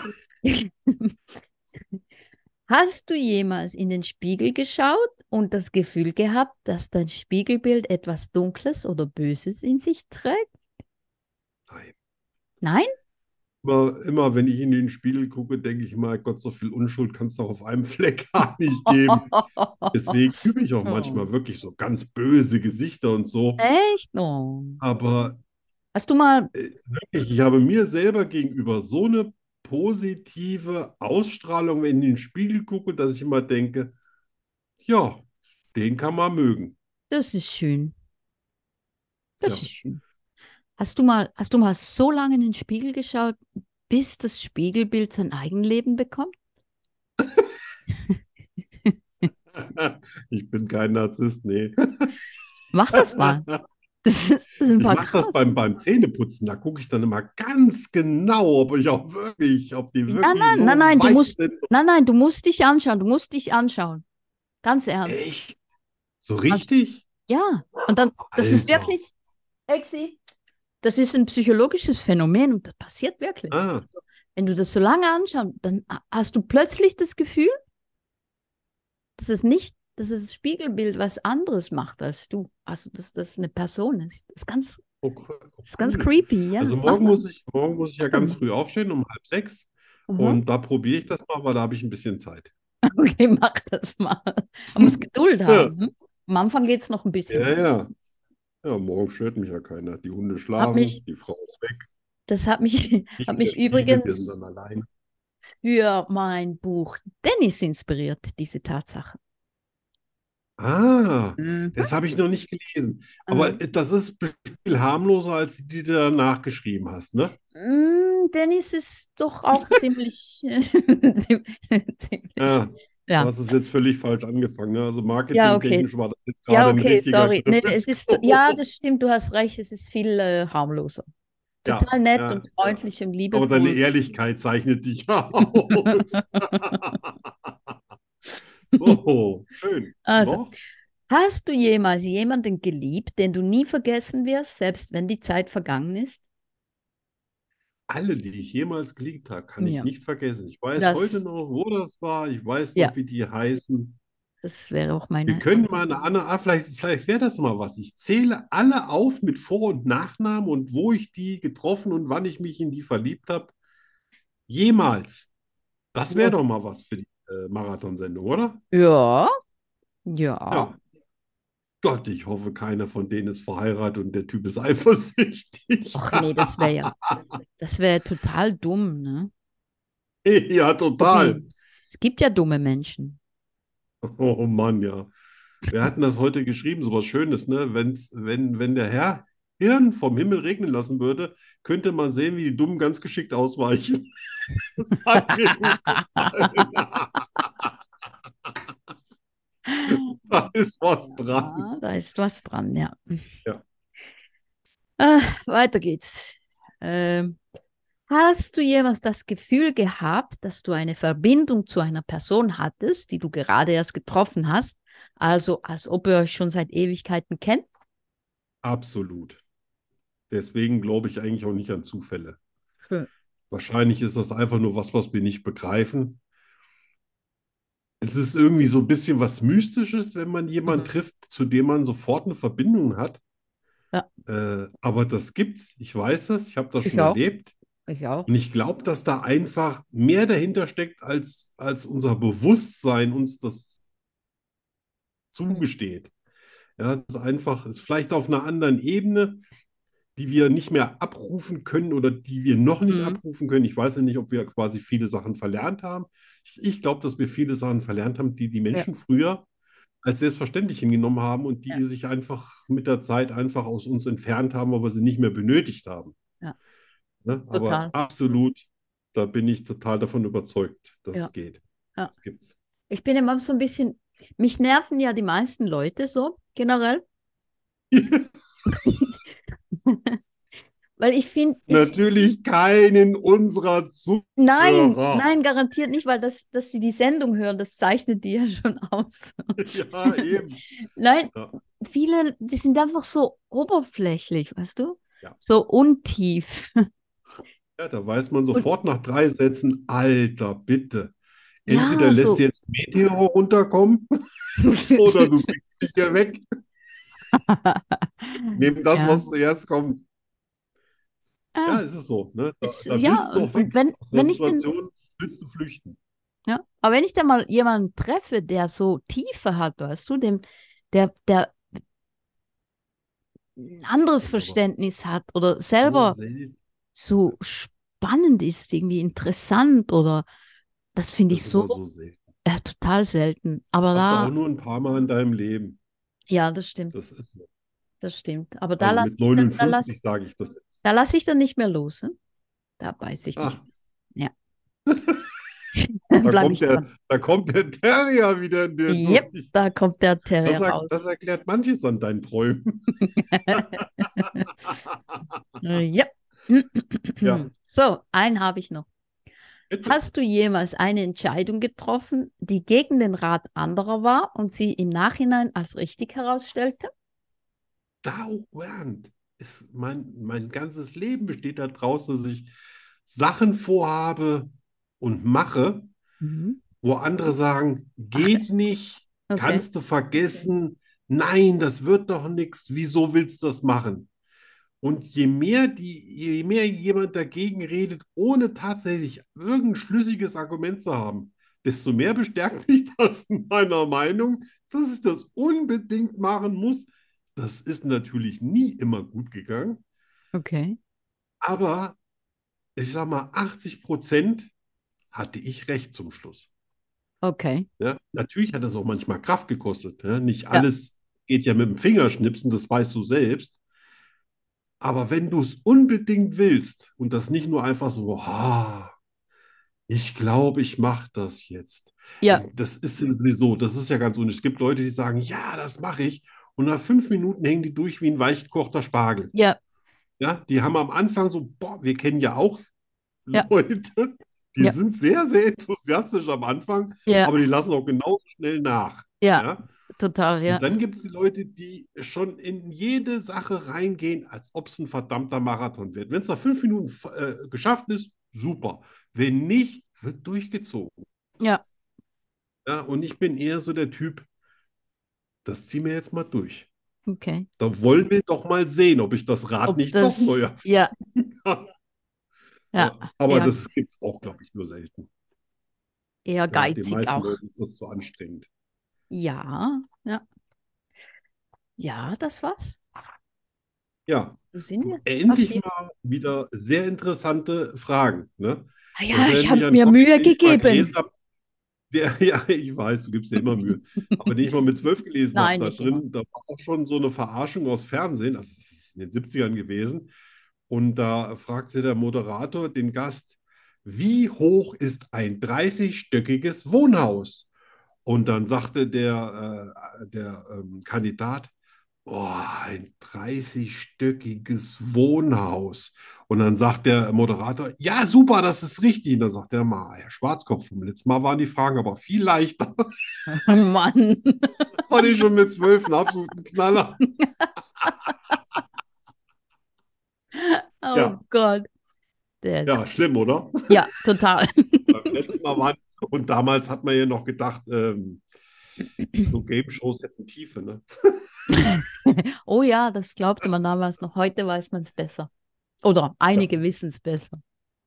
hast du jemals in den Spiegel geschaut und das Gefühl gehabt, dass dein Spiegelbild etwas Dunkles oder Böses in sich trägt? Nein. Nein? Immer, immer wenn ich in den Spiegel gucke, denke ich mal, Gott, so viel Unschuld kann es doch auf einem Fleck gar nicht geben. Deswegen übe ich auch Oh. manchmal wirklich so ganz böse Gesichter und so. Echt? Oh. Aber Hast du mal, äh, wirklich, ich habe mir selber gegenüber so eine positive Ausstrahlung, wenn ich in den Spiegel gucke, dass ich immer denke, ja, den kann man mögen. das ist schön, das Ja. ist schön. Hast du mal, hast du mal so lange in den Spiegel geschaut, bis das Spiegelbild sein Eigenleben bekommt? Ich bin kein Narzisst, nee. Mach das mal. Das ist, das ist ein Ich paar mache das krass. beim, beim Zähneputzen, da gucke ich dann immer ganz genau, ob ich auch wirklich, ob die Nein, wirklich nein, nein, so nein, du weich musst, sind. nein, nein, du musst dich anschauen, du musst dich anschauen. Ganz ernst. Echt? So Also, richtig? ja, und dann, das ist Alter. wirklich, Exi, das ist ein psychologisches Phänomen und das passiert wirklich. Ah, Also, wenn du das so lange anschaust, dann hast du plötzlich das Gefühl, dass es nicht, dass das Spiegelbild was anderes macht als du. Also, dass das eine Person ist. Das ist ganz, okay, das ist ganz cool. creepy, ja. Also Mach morgen mal. muss ich, morgen muss ich ja Mach ganz mal. früh aufstehen, um halb sechs. Aha. Und da probiere ich das mal, weil da habe ich ein bisschen Zeit. Okay, mach das mal. Man muss Geduld Ja, haben. Hm? Am Anfang geht es noch ein ja, bisschen. ja. Ja, morgen stört mich ja keiner. Die Hunde Hat mich, schlafen, die Frau ist weg. das hat mich, Ich hat und der mich Spiegel, wir sind übrigens dann allein. für mein Buch Dennis inspiriert, diese Tatsache. Ah, Mhm. das habe ich noch nicht gelesen. Aber Mhm. äh, das ist bestimmt viel harmloser, als die, die du danach geschrieben hast, ne? Mm, Dennis ist doch auch ziemlich, ziem- ziemlich, Ja, du ja. hast es jetzt völlig falsch angefangen, ne? Also Ja, okay. marketingtechnisch war das jetzt Ja, gerade ein okay, richtiger sorry. Griff Nee, ins es ist, ja, Klo. das stimmt, du hast recht, es ist viel äh, harmloser. Ja, Total nett ja, und ja. freundlich und Aber deine liebevoll. Ehrlichkeit zeichnet dich ja aus. So, schön. Also, Noch? hast du jemals jemanden geliebt, den du nie vergessen wirst, selbst wenn die Zeit vergangen ist? Alle, die ich jemals geliebt habe, kann ich Ja, nicht vergessen. Ich weiß heute das, noch, wo das war. Ich weiß noch, ja, wie die heißen. das wäre auch Wir meine können mal Antwort. eine andere, ah, vielleicht, vielleicht wäre das mal was. Ich zähle alle auf mit Vor- und Nachnamen und wo ich die getroffen und wann ich mich in die verliebt habe. Jemals. Das wäre Ja, doch mal was für die äh, Marathonsendung, oder? ja, ja. Ja. Gott, ich hoffe, keiner von denen ist verheiratet und der Typ ist eifersüchtig. Ach nee, das wäre ja, das wäre total dumm, ne? Ja, Wobei, total. es gibt ja dumme Menschen. Oh Mann, ja. Wir hatten das heute geschrieben, so was Schönes, ne? Wenn's, wenn, wenn der Herr Hirn vom Himmel regnen lassen würde, könnte man sehen, wie die Dummen ganz geschickt ausweichen. Das hat mir gut gefallen. Da ist was dran. Ah, da ist was dran, ja. Ja, Ah, weiter geht's. Ähm, hast du jemals das Gefühl gehabt, dass du eine Verbindung zu einer Person hattest, die du gerade erst getroffen hast? Also als ob ihr euch schon seit Ewigkeiten kennt? absolut. Deswegen glaube ich eigentlich auch nicht an Zufälle. Schön. Wahrscheinlich ist das einfach nur was, was wir nicht begreifen. Es ist irgendwie so ein bisschen was Mystisches, wenn man jemanden Mhm. trifft, zu dem man sofort eine Verbindung hat. Ja, Äh, aber das gibt's. Ich weiß das. Ich habe das ich schon auch. erlebt. Ich auch. Und ich glaube, dass da einfach mehr dahinter steckt, als, als unser Bewusstsein uns das zugesteht. Ja, das ist einfach, ist vielleicht auf einer anderen Ebene, die wir nicht mehr abrufen können oder die wir noch nicht Mhm. abrufen können. Ich weiß ja nicht, ob wir quasi viele Sachen verlernt haben. Ich, ich glaube, dass wir viele Sachen verlernt haben, die die Ja, Menschen früher als selbstverständlich hingenommen haben und ja, die sich einfach mit der Zeit einfach aus uns entfernt haben, weil wir sie nicht mehr benötigt haben. ja, Ne? Aber total. absolut, da bin ich total davon überzeugt, dass Ja, es geht. ja. Das gibt's. Ich bin immer so ein bisschen, mich nerven ja die meisten Leute so generell, weil ich finde, ich, Natürlich keinen unserer nein, Zuhörer. nein, garantiert nicht, weil das, dass sie die Sendung hören, das zeichnet die ja schon aus. Ja, eben. Nein, Ja, viele, die sind einfach so oberflächlich, weißt du? ja. So untief. Ja, da weiß man Und sofort nach drei Sätzen, Alter, bitte. Entweder ja, lässt so. jetzt Meteor runterkommen oder du kriegst dich hier weg. Nimm das, Ja. was zuerst kommt. Ah, Ja, es ist so. Ne? Da, ist, da ja, willst du und, auch und weg. wenn, Aus der wenn ich den, Situation willst du flüchten. ja, aber wenn ich dann mal jemanden treffe, der so Tiefe hat, weißt du, dem, der, der ein anderes Das ist aber Verständnis hat oder so selber selten. so spannend ist, irgendwie interessant oder das finde Das ich ist so aber so selten. äh, total selten. Aber Hast du auch da, nur ein paar Mal in deinem Leben. ja, das stimmt, Das ist so. das stimmt. Aber da Also lasse mit ich dann, da neunundfünfzig lass, sage ich das jetzt. da lasse ich dann nicht mehr los. Ne? Da beiße ich mich Ah, fest. Ja, dann da bleibe kommt ich der, dran. da kommt der Terrier wieder in dir Yep, durch. da kommt der Das, Terrier er, das raus. erklärt manches an deinen Träumen. Ja. Ja, So, einen habe ich noch. bitte. Hast du jemals eine Entscheidung getroffen, die gegen den Rat anderer war und sie im Nachhinein als richtig herausstellte? Dauernd ist mein, mein ganzes Leben besteht daraus, dass ich Sachen vorhabe und mache, Mhm. wo andere sagen, Ach, geht das, nicht, okay. kannst du vergessen, nein, das wird doch nichts, wieso willst du das machen? Und je mehr die, je mehr jemand dagegen redet, ohne tatsächlich irgendein schlüssiges Argument zu haben, desto mehr bestärkt mich das in meiner Meinung, dass ich das unbedingt machen muss. Das ist natürlich nie immer gut gegangen, Okay. aber ich sag mal, achtzig Prozent hatte ich recht zum Schluss. Okay. Ja, natürlich hat das auch manchmal Kraft gekostet. Ja? Nicht Ja. alles geht ja mit dem Fingerschnipsen, das weißt du selbst. Aber wenn du es unbedingt willst und das nicht nur einfach so, ah, ich glaube, ich mache das jetzt. Ja. Das ist ja sowieso, das ist ja ganz unnötig. Es gibt Leute, die sagen, ja, das mache ich. Und nach fünf Minuten hängen die durch wie ein weichgekochter Spargel. Ja. Ja, die haben am Anfang so, boah, wir kennen ja auch Ja. Leute, die Ja. sind sehr, sehr enthusiastisch am Anfang, Ja. aber die lassen auch genauso schnell nach. Ja. Ja? Total. Und Ja. dann gibt es die Leute, die schon in jede Sache reingehen, als ob es ein verdammter Marathon wird. Wenn es nach fünf Minuten äh, geschafft ist, super. Wenn nicht, wird durchgezogen. Ja. Ja, und ich bin eher so der Typ, das ziehen wir jetzt mal durch. Okay. Da wollen wir doch mal sehen, ob ich das Rad Ob nicht doch neu das, ja. erfinden kann. Ja. Ja, aber Ja. das gibt es auch, glaube ich, nur selten. Eher Ja, den geizig meisten auch. Leuten ist das zu anstrengend. Ja. Ja. Ja, das war's. Ja, Wo sind wir? endlich Okay. mal wieder sehr interessante Fragen. Ne? Ah Das ja, ich erinnert habe mich an einen mir Comic, Mühe den ich mal gelesen gegeben. habe. Der, ja, ich weiß, du gibst dir immer Mühe. Aber den ich mal mit zwölf gelesen habe, Nein, da nicht immer. drin, da war auch schon so eine Verarschung aus Fernsehen, also das ist in den siebzigern gewesen. Und da fragte der Moderator den Gast, wie hoch ist ein dreißig-stöckiges Wohnhaus? Und dann sagte der, äh, der ähm, Kandidat, oh, ein dreißig-stöckiges Wohnhaus. Und dann sagt der Moderator, ja, super, das ist richtig. Und dann sagt der mal, Herr Schwarzkopf, vom letzten Mal waren die Fragen aber viel leichter. Oh Mann. Fand ich schon mit zwölf einen absoluten Knaller. Oh Ja, Gott. Der ist ja, schlimm, oder? ja, total. Beim letzten Mal waren, und damals hat man ja noch gedacht, ähm, so Game-Shows hätten Tiefe, ne? Oh ja, das glaubte man damals noch. Heute weiß man es besser. Oder Ja, einige wissen es besser.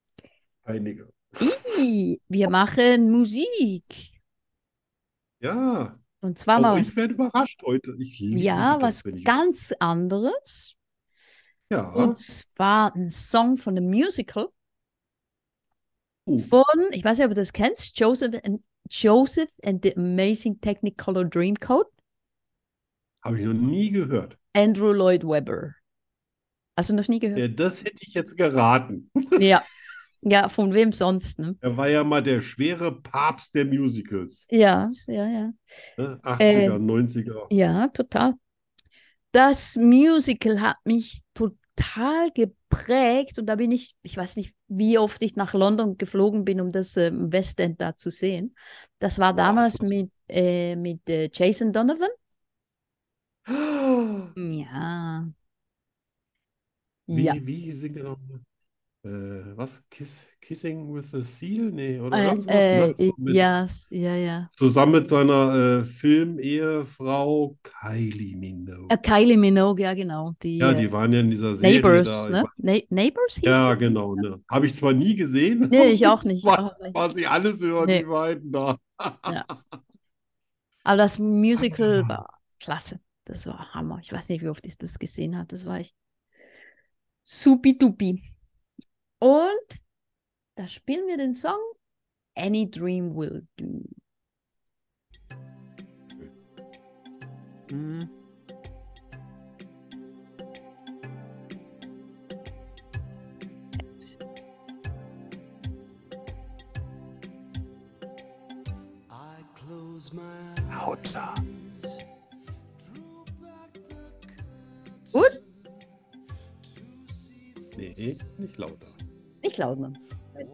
Einige. I, wir machen Musik. Ja, Und zwar auch mal was, ich werde überrascht heute. Ich ja, liebe das, was wenn ich. ganz anderes. Ja, Und zwar ein Song von einem Musical uh, von, ich weiß nicht, ob du das kennst, Joseph and, Joseph and the Amazing Technicolor Dreamcoat, habe ich noch nie gehört. Andrew Lloyd Webber. Hast du noch nie gehört? Ja, das hätte ich jetzt geraten. Ja, ja, von wem sonst, ne? Er war ja mal der schwere Papst der Musicals. Ja, ja, ja. Ne? Äh, achtziger, neunziger. ja, total. Das Musical hat mich total geprägt und da bin ich, ich weiß nicht, wie oft ich nach London geflogen bin, um das ähm, West End da zu sehen. Das war Boah, damals ist das- mit, äh, mit äh, Jason Donovan. Ah, Ja, ja. Wie, wie singt er noch? Äh, was? Kiss, Kissing with the Seal? Nee, oder Äh, irgend sowas, ne? äh, So mit, ja, s- ja, ja. zusammen mit seiner äh, Filmehefrau Kylie Minogue. Äh, Kylie Minogue, ja, genau. Die Ja, äh, die waren ja in dieser Serie Neighbors, da. Ich ne? weiß, Na Neighbors hieß ja, die? genau, ne? Habe ich zwar nie gesehen, Nee, aber ich auch ich nicht. Auch weiß nicht. quasi alles über Nee, die beiden da. ja. Aber das Musical war klasse. Das war Hammer. Ich weiß nicht, wie oft ich das gesehen habe. Das war echt supi-dupi. Und da spielen wir den Song Any Dream Will Do. Mhm. I close my Lautler. eyes, drew back the Gut? Nee, ist nicht lauter. Nicht laut, Mann. Nein,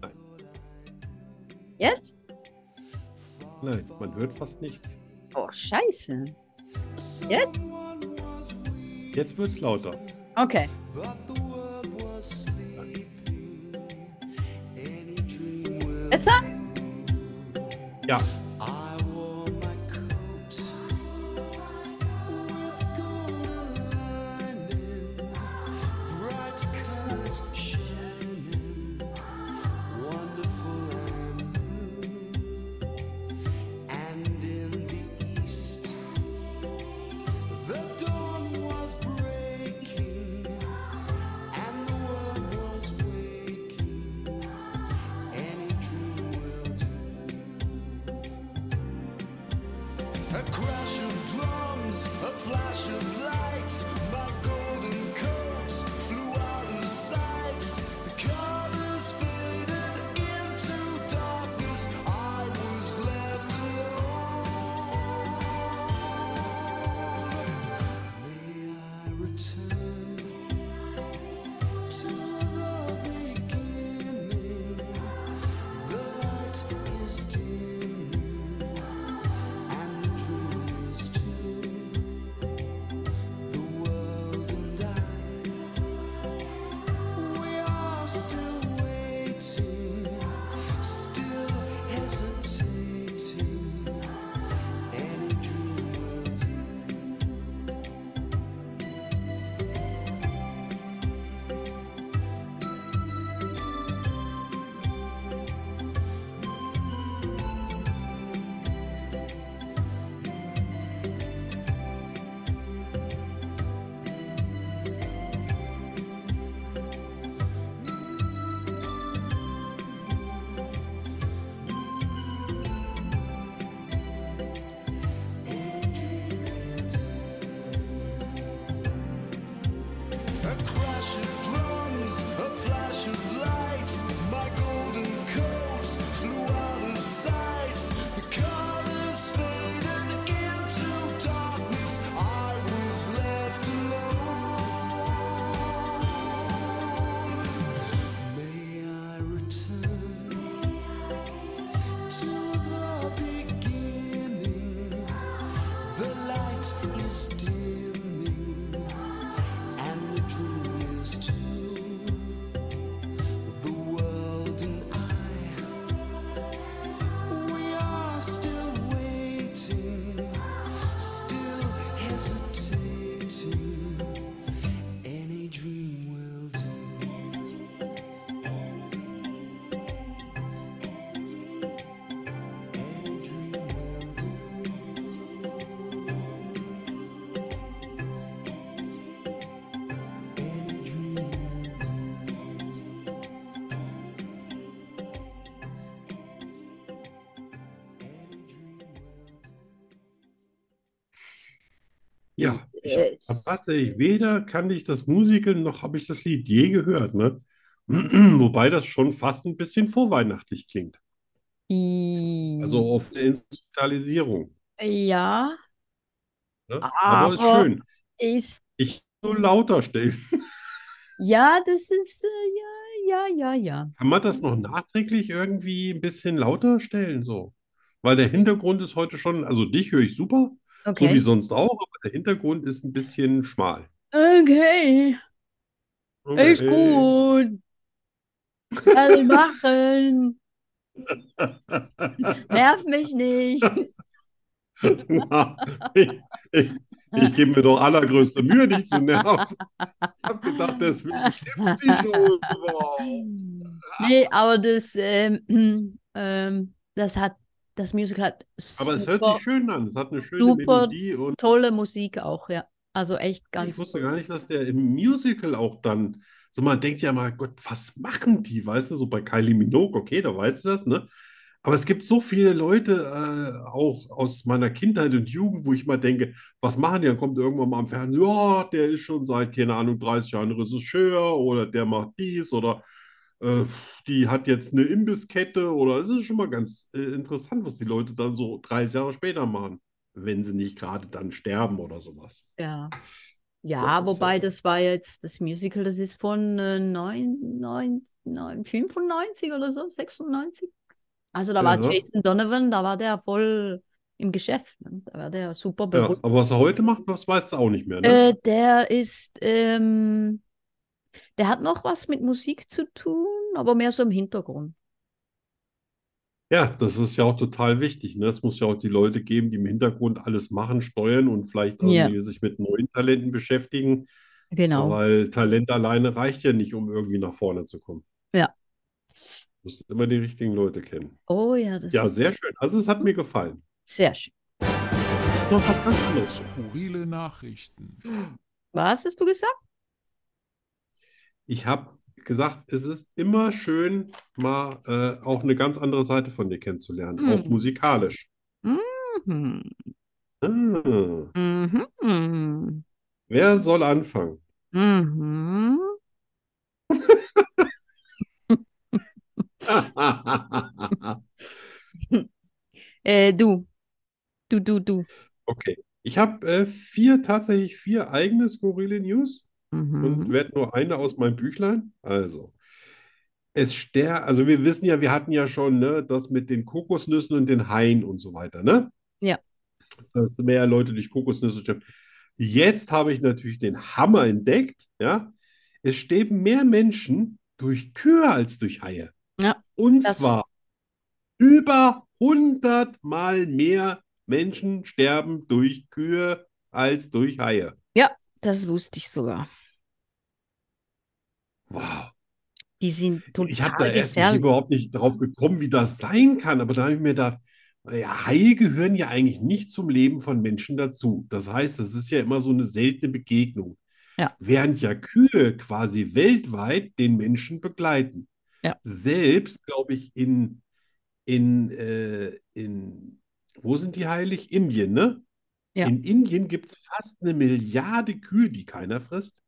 Jetzt? nein, man hört fast nichts. Oh, scheiße. Jetzt? Jetzt wird's lauter. Okay. but the world was sleeping. Any dream will. Besser? Ja, I wore my coat with golden lining, bright colors shining, wonderful and new. And in the east, the dawn was breaking, and the world was waking. Any dream will do. Ja, ich habe Yes. tatsächlich weder kannte ich das Musical noch habe ich das Lied je gehört, ne? Wobei das schon fast ein bisschen vorweihnachtlich klingt. Also I- auf eine Instrumentalisierung, Ja, ne? Aber ist aber schön. ist, Ich nur lauter stellen. ja, das ist, äh, ja, ja, ja, ja. Kann man das noch nachträglich irgendwie ein bisschen lauter stellen, so? Weil der Hintergrund ist heute schon, also dich höre ich super, so wie Okay. sonst auch, aber der Hintergrund ist ein bisschen schmal. Okay, ist Okay. gut. Werde machen. Nerv mich nicht. Na, ich, ich, ich gebe mir doch allergrößte Mühe, dich zu nerven. Ich habe gedacht, deswegen stimmt's die schon überhaupt. Nee, aber das, ähm, ähm, das hat, das Musical hat Aber es hört sich super, schön an. Es hat eine schöne super Melodie und tolle Musik auch, ja. Also echt ich ganz wusste toll. gar nicht, dass der im Musical auch dann, so man denkt ja mal, Gott, was machen die, weißt du, so bei Kylie Minogue, okay, da weißt du das, ne? Aber es gibt so viele Leute, äh, auch aus meiner Kindheit und Jugend, wo ich mal denke, was machen die? Dann kommt irgendwann mal am Fernsehen, ja, der ist schon seit, keine Ahnung, dreißig Jahren Regisseur oder der macht dies oder äh, die hat jetzt eine Imbisskette oder es ist schon mal ganz äh, interessant, was die Leute dann so dreißig Jahre später machen, wenn sie nicht gerade dann sterben oder sowas. Ja. Ja, Ja, ist ja wobei so. das war jetzt, das Musical, das ist von äh, neun, neun, neun, fünfundneunzig oder so, sechsundneunzig. Also da war Ja, Jason Donovan, da war der voll im Geschäft. Ne? Da war der super ja, berühmt. aber was er heute macht, das weißt du auch nicht mehr, ne? Äh, der ist, ähm, der hat noch was mit Musik zu tun, aber mehr so im Hintergrund. Ja, das ist ja auch total wichtig, ne? Es muss ja auch die Leute geben, die im Hintergrund alles machen, steuern und vielleicht Ja, irgendwie sich mit neuen Talenten beschäftigen, genau. weil Talent alleine reicht ja nicht, um irgendwie nach vorne zu kommen. Ja. Du musst immer die richtigen Leute kennen. Oh ja, das Ja, ist sehr schön. Also es hat mir gefallen. sehr schön. Noch was ganz anderes. Skurrile Nachrichten. Was hast du gesagt? Ich habe gesagt, es ist immer schön, mal äh, auch eine ganz andere Seite von dir kennenzulernen, auch Mhm. musikalisch. Mhm. Ah, Mhm. wer soll anfangen? Mhm. Äh, du, du, du, du. Okay. Ich habe äh, vier, tatsächlich vier eigene skurrile News und Mhm. werde nur eine aus meinem Büchlein. Also, es ster, also wir wissen ja, wir hatten ja schon, ne, das mit den Kokosnüssen und den Haien und so weiter, ne? Ja. Dass mehr Leute durch Kokosnüsse sterben. Jetzt habe ich natürlich den Hammer entdeckt, ja? Es sterben mehr Menschen durch Kühe als durch Haie. Ja, Und das, zwar über hundert Mal mehr Menschen sterben durch Kühe als durch Haie. ja, das wusste ich sogar. Wow. Die sind Ich habe da total erst mich gefährlich. überhaupt nicht drauf gekommen, wie das sein kann. Aber da habe ich mir gedacht, ja, Haie gehören ja eigentlich nicht zum Leben von Menschen dazu. Das heißt, das ist ja immer so eine seltene Begegnung. Ja, Während ja Kühe quasi weltweit den Menschen begleiten. ja, Selbst, glaube ich, in, in, äh, in, wo sind die heilig? Indien, ne? ja. In Indien gibt es fast eine Milliarde Kühe, die keiner frisst.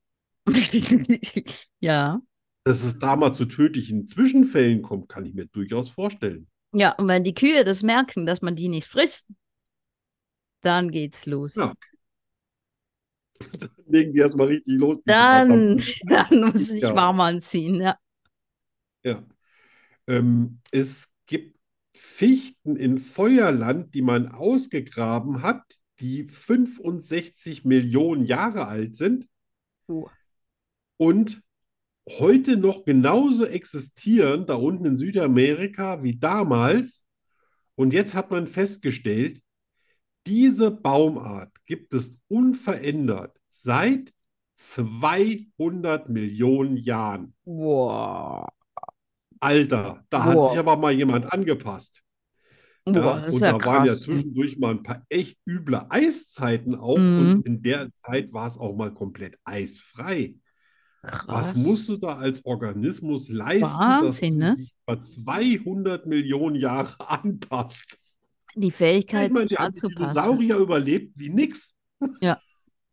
Ja, Dass es da mal zu tödlichen Zwischenfällen kommt, kann ich mir durchaus vorstellen. ja. Und wenn die Kühe das merken, dass man die nicht frisst, dann geht's los. Ja, dann legen die erstmal richtig los, diese Dann, verdammten dann muss ich Viecher. warm anziehen. Ja. Ja. Ähm, es gibt Fichten in Feuerland, die man ausgegraben hat, die fünfundsechzig Millionen Jahre alt sind Uh. und heute noch genauso existieren, da unten in Südamerika wie damals. Und jetzt hat man festgestellt, diese Baumart gibt es unverändert seit zweihundert Millionen Jahren. Boah. Alter, da hat sich Boah. aber mal jemand angepasst. Boah, Ja, das ist und ja da waren ja krass. Ey. zwischendurch mal ein paar echt üble Eiszeiten auch. Und Mhm. in der Zeit war es auch mal komplett eisfrei. Was musst du Krass. da als Organismus leisten, dass Wahnsinn, du ne? dich bei zweihundert Millionen Jahre anpasst? Die Ja, ich Fähigkeit, meine, sich die haben die anzupassen. Dinosaurier überlebt wie nix. Ja.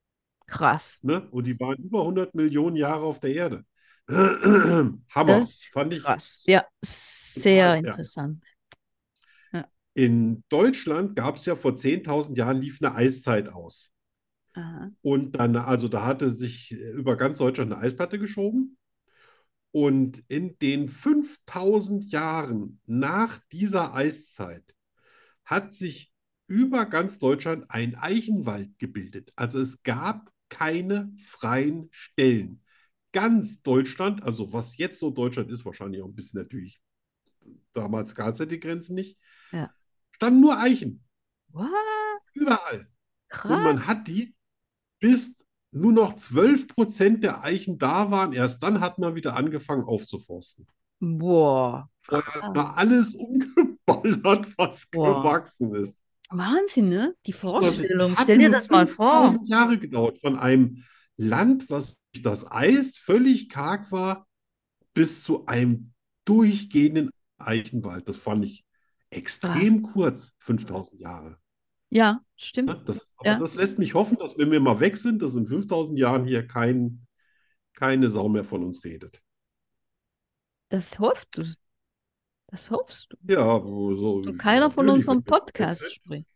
Krass. Ne? Und die waren über hundert Millionen Jahre auf der Erde. Hammer. Das ist Fand ich krass. Ja, sehr total, ja. interessant. Ja. In Deutschland gab es ja vor zehntausend Jahren lief eine Eiszeit aus. Aha. Und dann, also da hatte sich über ganz Deutschland eine Eisplatte geschoben. Und in den fünftausend Jahren nach dieser Eiszeit hat sich über ganz Deutschland ein Eichenwald gebildet. Also es gab keine freien Stellen. Ganz Deutschland, also was jetzt so Deutschland ist, wahrscheinlich auch ein bisschen natürlich, damals gab es ja die Grenzen nicht, Ja. standen nur Eichen, What? überall. Und man Krass. hat die, bis nur noch zwölf Prozent der Eichen da waren, erst dann hat man wieder angefangen aufzuforsten. Boah, Vorher hat man krass. alles umgeballert, was Boah. gewachsen ist. Wahnsinn, ne? Die Muss man sehen, Vorstellung. es hat Stell dir nur das mal vor. fünftausend Jahre gedauert, von einem Land, was durch das Eis völlig karg war, bis zu einem durchgehenden Eichenwald. Das fand ich extrem Krass. kurz, fünftausend Jahre. Ja, stimmt. Ne? Das, aber Ja. das lässt mich hoffen, dass wenn wir mal weg sind, dass in fünftausend Jahren hier kein, keine Sau mehr von uns redet. Das hoffst du. Das hoffst du. Ja, so, Und keiner von natürlich, wenn unserem wir weg Podcast sind. spricht.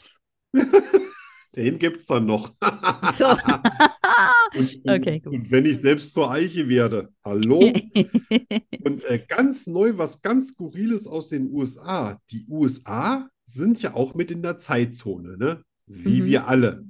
Den gibt es dann noch. So. Und, Okay, und, gut. und wenn ich selbst zur Eiche werde, hallo? Und äh, ganz neu, was ganz Skurriles aus den U S A. Die U S A sind ja auch mit in der Zeitzone, ne? Wie Mhm. wir alle.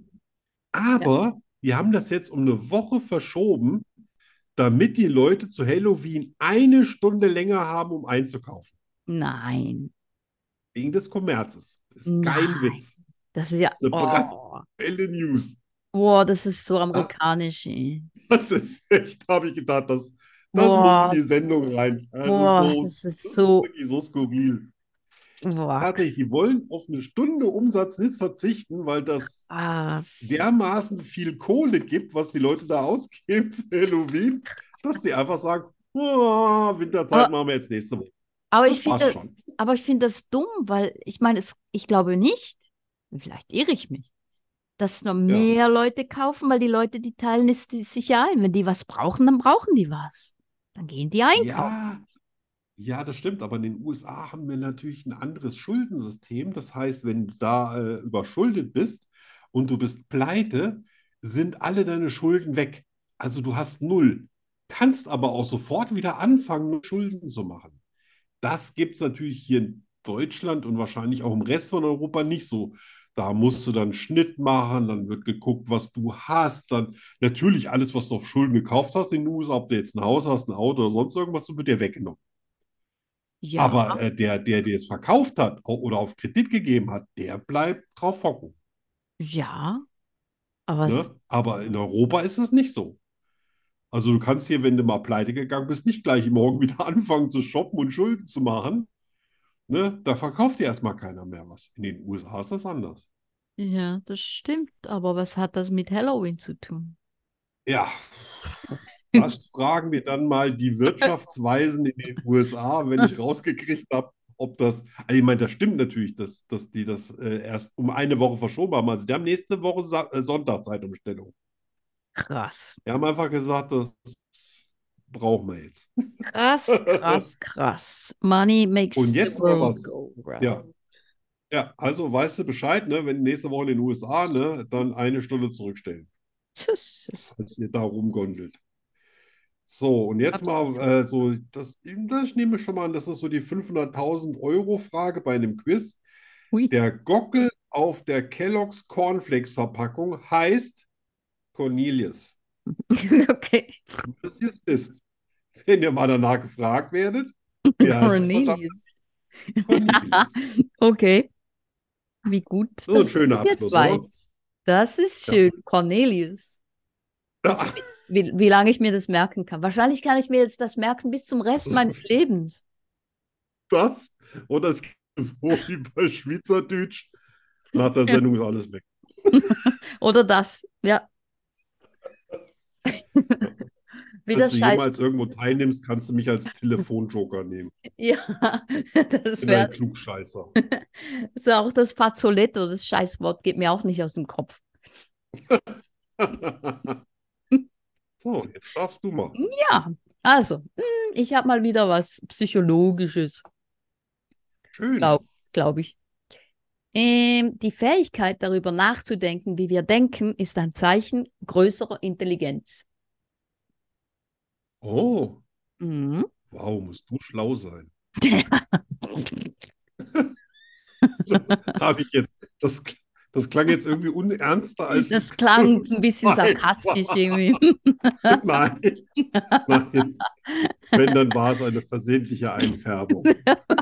Aber die haben das jetzt um eine Woche verschoben, damit die Leute zu Halloween eine Stunde länger haben, um einzukaufen. Nein. Wegen des Kommerzes. Ist kein Nein. Witz. Das ist ja. Das ist eine Oh. brandneue News. Boah, das ist so amerikanisch, ey. Das ist echt, habe ich gedacht, das, das muss in Boah. die Sendung rein. Das Boah, ist so, das ist das ist so. wirklich so skurril. Boah, Tatsächlich, die wollen auf eine Stunde Umsatz nicht verzichten, weil das krass. dermaßen viel Kohle gibt, was die Leute da ausgeben für Halloween, dass die einfach sagen, oh, Winterzeit Aber, machen wir jetzt nächste Woche. aber Das ich passt finde, schon. aber ich finde das dumm, weil ich meine, es, ich glaube nicht, vielleicht irre ich mich, dass noch Ja. mehr Leute kaufen, weil die Leute, die teilen es die- sich ja ein. Wenn die was brauchen, dann brauchen die was. Dann gehen die einkaufen. Ja, ja, das stimmt, aber in den U S A haben wir natürlich ein anderes Schuldensystem. Das heißt, wenn du da äh, überschuldet bist und du bist pleite, sind alle deine Schulden weg. Also du hast null. Kannst aber auch sofort wieder anfangen, Schulden zu machen. Das gibt es natürlich hier in Deutschland und wahrscheinlich auch im Rest von Europa nicht so. Da musst du dann einen Schnitt machen, dann wird geguckt, was du hast. Dann natürlich alles, was du auf Schulden gekauft hast in den U S A, ob du jetzt ein Haus hast, ein Auto oder sonst irgendwas, das wird dir weggenommen. Ja, Aber äh, der, der, der es verkauft hat au- oder auf Kredit gegeben hat, der bleibt drauf hocken. ja, aber es, Ne? Aber in Europa ist das nicht so. Also du kannst hier, wenn du mal pleite gegangen bist, nicht gleich morgen wieder anfangen zu shoppen und Schulden zu machen. Ne? Da verkauft dir erstmal keiner mehr was. In den U S A ist das anders. ja, das stimmt. Aber was hat das mit Halloween zu tun? Ja, das fragen wir dann mal die Wirtschaftsweisen in den U S A, wenn ich rausgekriegt habe, ob das, also ich meine, das stimmt natürlich, dass, dass die das äh, erst um eine Woche verschoben haben. Also die haben nächste Woche Sa äh, Sonntag Zeitumstellung. Krass. Wir haben einfach gesagt, das brauchen wir jetzt. Krass, krass, krass. Money makes Und the jetzt mal world was. go round. Ja, ja, also weißt du Bescheid, ne? Wenn nächste Woche in den U S A, ne, dann eine Stunde zurückstellen, Das ist falls ihr da rumgondelt. So, und jetzt mal absolut. äh, so, das, das nehme ich schon mal an, das ist so die fünfhunderttausend Euro Frage bei einem Quiz. Hui. Der Gockel auf der Kellogg's Cornflakes Verpackung heißt Cornelius. Okay. Wenn du das jetzt wisst. Wenn ihr mal danach gefragt werdet, wie heißt es verdammt? Cornelius. Cornelius. Okay. Wie gut, So ein dass schöner du jetzt Abschluss, oder? weiß. Das ist Ja. schön. Cornelius. Ja, Wie, wie lange ich mir das merken kann. Wahrscheinlich kann ich mir jetzt das merken bis zum Rest meines Lebens. das oder es geht so wie bei Schweizerdeutsch. Nach der Sendung ist alles weg. Oder das. Ja. Wie Wenn das du Scheiß. jemals irgendwo teilnimmst, kannst du mich als Telefonjoker nehmen. Ja, das Ich bin wäre ein Klugscheißer. so auch das Fazzoletto, das Scheißwort geht mir auch nicht aus dem Kopf. So, jetzt darfst du machen. Ja, also, hm, ich habe mal wieder was Psychologisches, Schön. glaube glaub ich. Ähm, die Fähigkeit, darüber nachzudenken, wie wir denken, ist ein Zeichen größerer Intelligenz. Oh, Mhm. wow, musst du schlau sein. Das habe ich jetzt, das, das klang jetzt irgendwie unernster, als es Das klang ein bisschen gemeint sarkastisch war. irgendwie. Nein, nein. Wenn, dann war es eine versehentliche Einfärbung.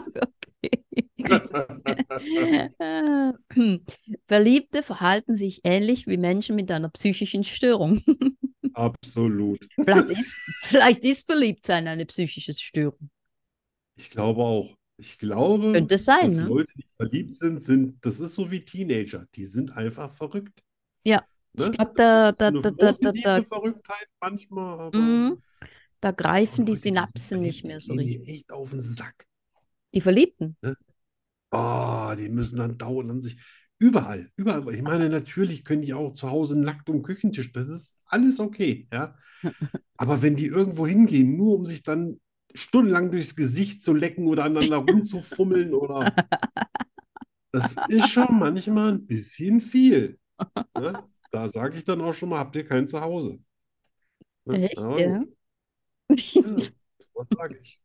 Verliebte verhalten sich ähnlich wie Menschen mit einer psychischen Störung. Absolut. Vielleicht ist, vielleicht ist Verliebtsein eine psychische Störung. Ich glaube auch. Ich glaube, Könnte es sein, dass ne? Leute, die verliebt sind, sind, das ist so wie Teenager. Die sind einfach verrückt. Ja, ich Ne? glaube, Das da, ist da, so eine da, da, da, positive da, Verrücktheit manchmal, aber mm, da greifen und die Leute, die sind Synapsen nicht verliebt, mehr die so gehen richtig. mir echt auf den Sack. Die Verliebten. Ne? Oh, die müssen dann dauernd an sich. Überall, überall. Ich meine, natürlich können die auch zu Hause nackt um den Küchentisch. Das ist alles okay, ja. Aber wenn die irgendwo hingehen, nur um sich dann stundenlang durchs Gesicht zu lecken oder aneinander rumzufummeln oder das ist schon manchmal ein bisschen viel. Ne? Da sage ich dann auch schon mal, habt ihr kein Zuhause. Ne? Echt, Aber ja? gut, ja, was sage ich?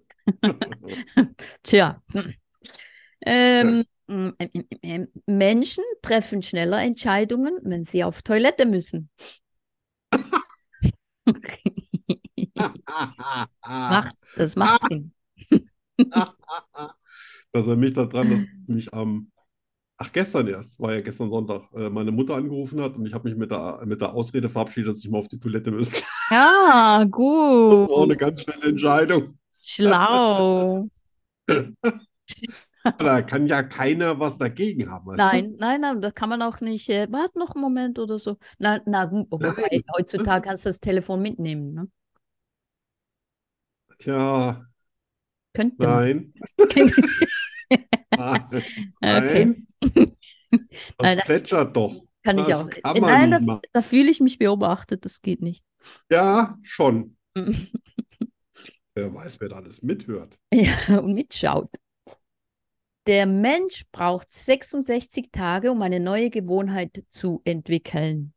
Tja. Ja. Ähm, mm, ähm, ähm, ähm, Menschen treffen schneller Entscheidungen, wenn sie auf Toilette müssen. Macht, das macht Sinn. Das erinnert mich daran, dass mich am, ach gestern erst, war ja gestern Sonntag, äh, meine Mutter angerufen hat und ich habe mich mit der, mit der Ausrede verabschiedet, dass ich mal auf die Toilette müsste. Ja, Das war auch eine gut. ganz schnelle Entscheidung. Schlau. Da kann ja keiner was dagegen haben, weißt du? Nein, nein, nein, da kann man auch nicht, äh, warte noch einen Moment oder so. Na, na, gut, wobei, Nein. heutzutage kannst du das Telefon mitnehmen, ne? Tja, Könnte man. nein, nein, Okay. nein, das Nein, da plätschert doch. kann ich Das auch. kann Äh, man Nein, nicht da, machen. da fühle ich mich beobachtet, das geht nicht. Ja, schon. Wer weiß, wer da alles mithört. Ja, und mitschaut. Der Mensch braucht sechsundsechzig Tage, um eine neue Gewohnheit zu entwickeln.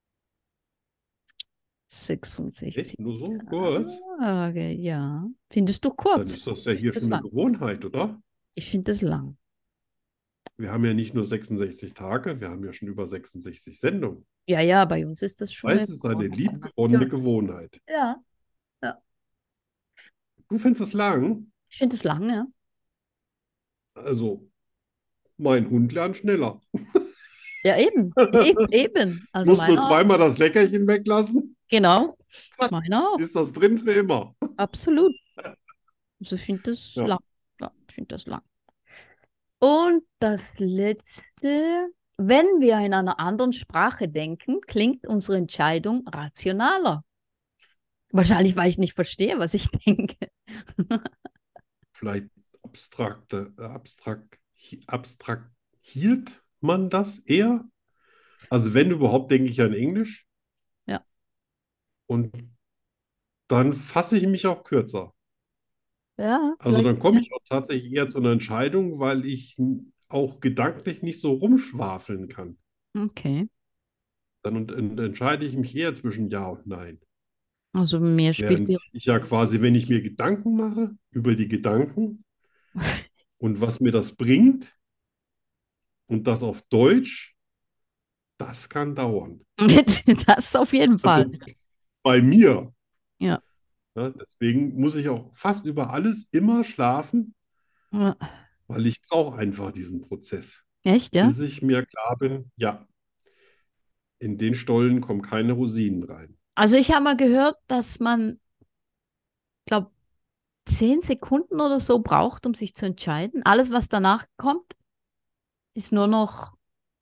sechsundsechzig Echt? Nur so kurz? Tage, ja. Findest du Dann kurz? ist das ja hier Das schon eine lang. Gewohnheit, oder? Ich finde das lang. Wir haben ja nicht nur sechsundsechzig Tage, wir haben ja schon über sechsundsechzig Sendungen. Ja, ja, bei uns ist das schon Weiß, eine es ist eine Gewohnheit. liebgewonnene Gewohnheit. Ja, ja. Du findest es lang? Ich finde das lang, ja. Also, mein Hund lernt schneller. Ja, eben. Eben, eben. Also Muss nur meiner auch. zweimal das Leckerchen weglassen, Genau. Meiner auch. ist das drin für immer. Absolut. Also ich finde das Ja. lang. Ja, ich finde das lang. Und das Letzte, wenn wir in einer anderen Sprache denken, klingt unsere Entscheidung rationaler. Wahrscheinlich, weil ich nicht verstehe, was ich denke. Vielleicht abstrakte, äh, abstrakt, abstrahiert man das eher? Also wenn überhaupt, denke ich an Englisch. Ja. Und dann fasse ich mich auch kürzer. Ja, Also vielleicht, dann komme ja. ich auch tatsächlich eher zu einer Entscheidung, weil ich n- auch gedanklich nicht so rumschwafeln kann. Okay. Dann und, und entscheide ich mich eher zwischen Ja und Nein. Also mir spielt Während die. ich ja quasi, wenn ich mir Gedanken mache über die Gedanken und was mir das bringt und das auf Deutsch, das kann dauern. Das auf jeden Fall. Also bei mir. Ja. Ja, deswegen muss ich auch fast über alles immer schlafen, Ja. weil ich brauche einfach diesen Prozess, Echt, ja? bis ich mir klar bin, ja, in den Stollen kommen keine Rosinen rein. Also ich habe mal gehört, dass man, glaube zehn Sekunden oder so braucht, um sich zu entscheiden. Alles, was danach kommt, ist nur noch